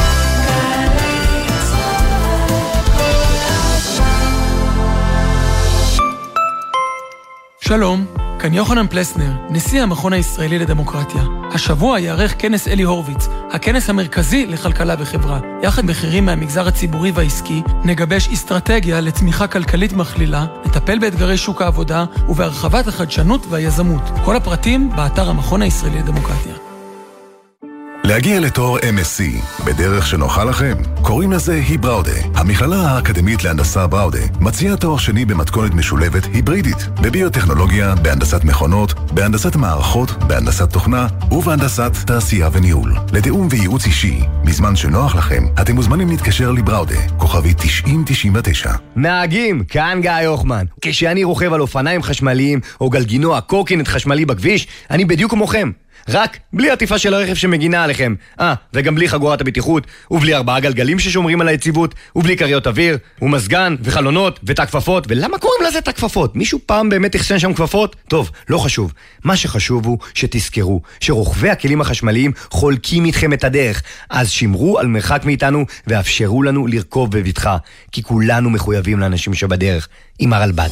Speaker 22: שלום, כאן יוחנן פלסנר, נשיא המכון הישראלי לדמוקרטיה. השבוע יערך כנס אלי הורוביץ, הכנס המרכזי לכלכלה וחברה. יחד בכירים מהמגזר הציבורי והעסקי, נגבש אסטרטגיה לצמיחה כלכלית מכלילה, נטפל באתגרי שוק העבודה ובהרחבת החדשנות והיזמות. כל הפרטים באתר המכון הישראלי לדמוקרטיה.
Speaker 9: להגיע לתואר MSc בדרך שנוחה לכם? קוראים לזה היבראודה. המכללה האקדמית להנדסה בראודה מציעה תואר שני במתכונת משולבת היברידית, בביוטכנולוגיה, בהנדסת מכונות, בהנדסת מערכות, בהנדסת תוכנה ובהנדסת תעשייה וניהול. לתיאום וייעוץ אישי, בזמן שנוח לכם, אתם מוזמנים להתקשר לבראודה, כוכבי 9099.
Speaker 1: נהגים, כאן גיא יוחמן. כשאני רוכב על אופניים חשמליים או גלגינוע קורקינט חשמלי בכביש, אני בדיוק כמוכם. רק בלי עטיפה של הרכב שמגינה עליכם. וגם בלי חגורת הבטיחות, ובלי 4 גלגלים ששומרים על היציבות, ובלי קריות אוויר, ומזגן, וחלונות, ותקפפות. ולמה קוראים לזה תקפפות? מישהו פעם באמת יחסן שם כפפות? טוב, לא חשוב. מה שחשוב הוא שתזכרו שרוכבי הכלים החשמליים חולקים איתכם את הדרך. אז שמרו על מרחק מאיתנו ואפשרו לנו לרכוב בבטחה, כי כולנו מחויבים לאנשים שבדרך. עם הרלב"ד.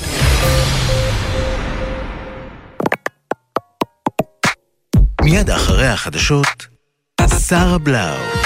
Speaker 14: מיד אחרי החדשות, שרה בלאו.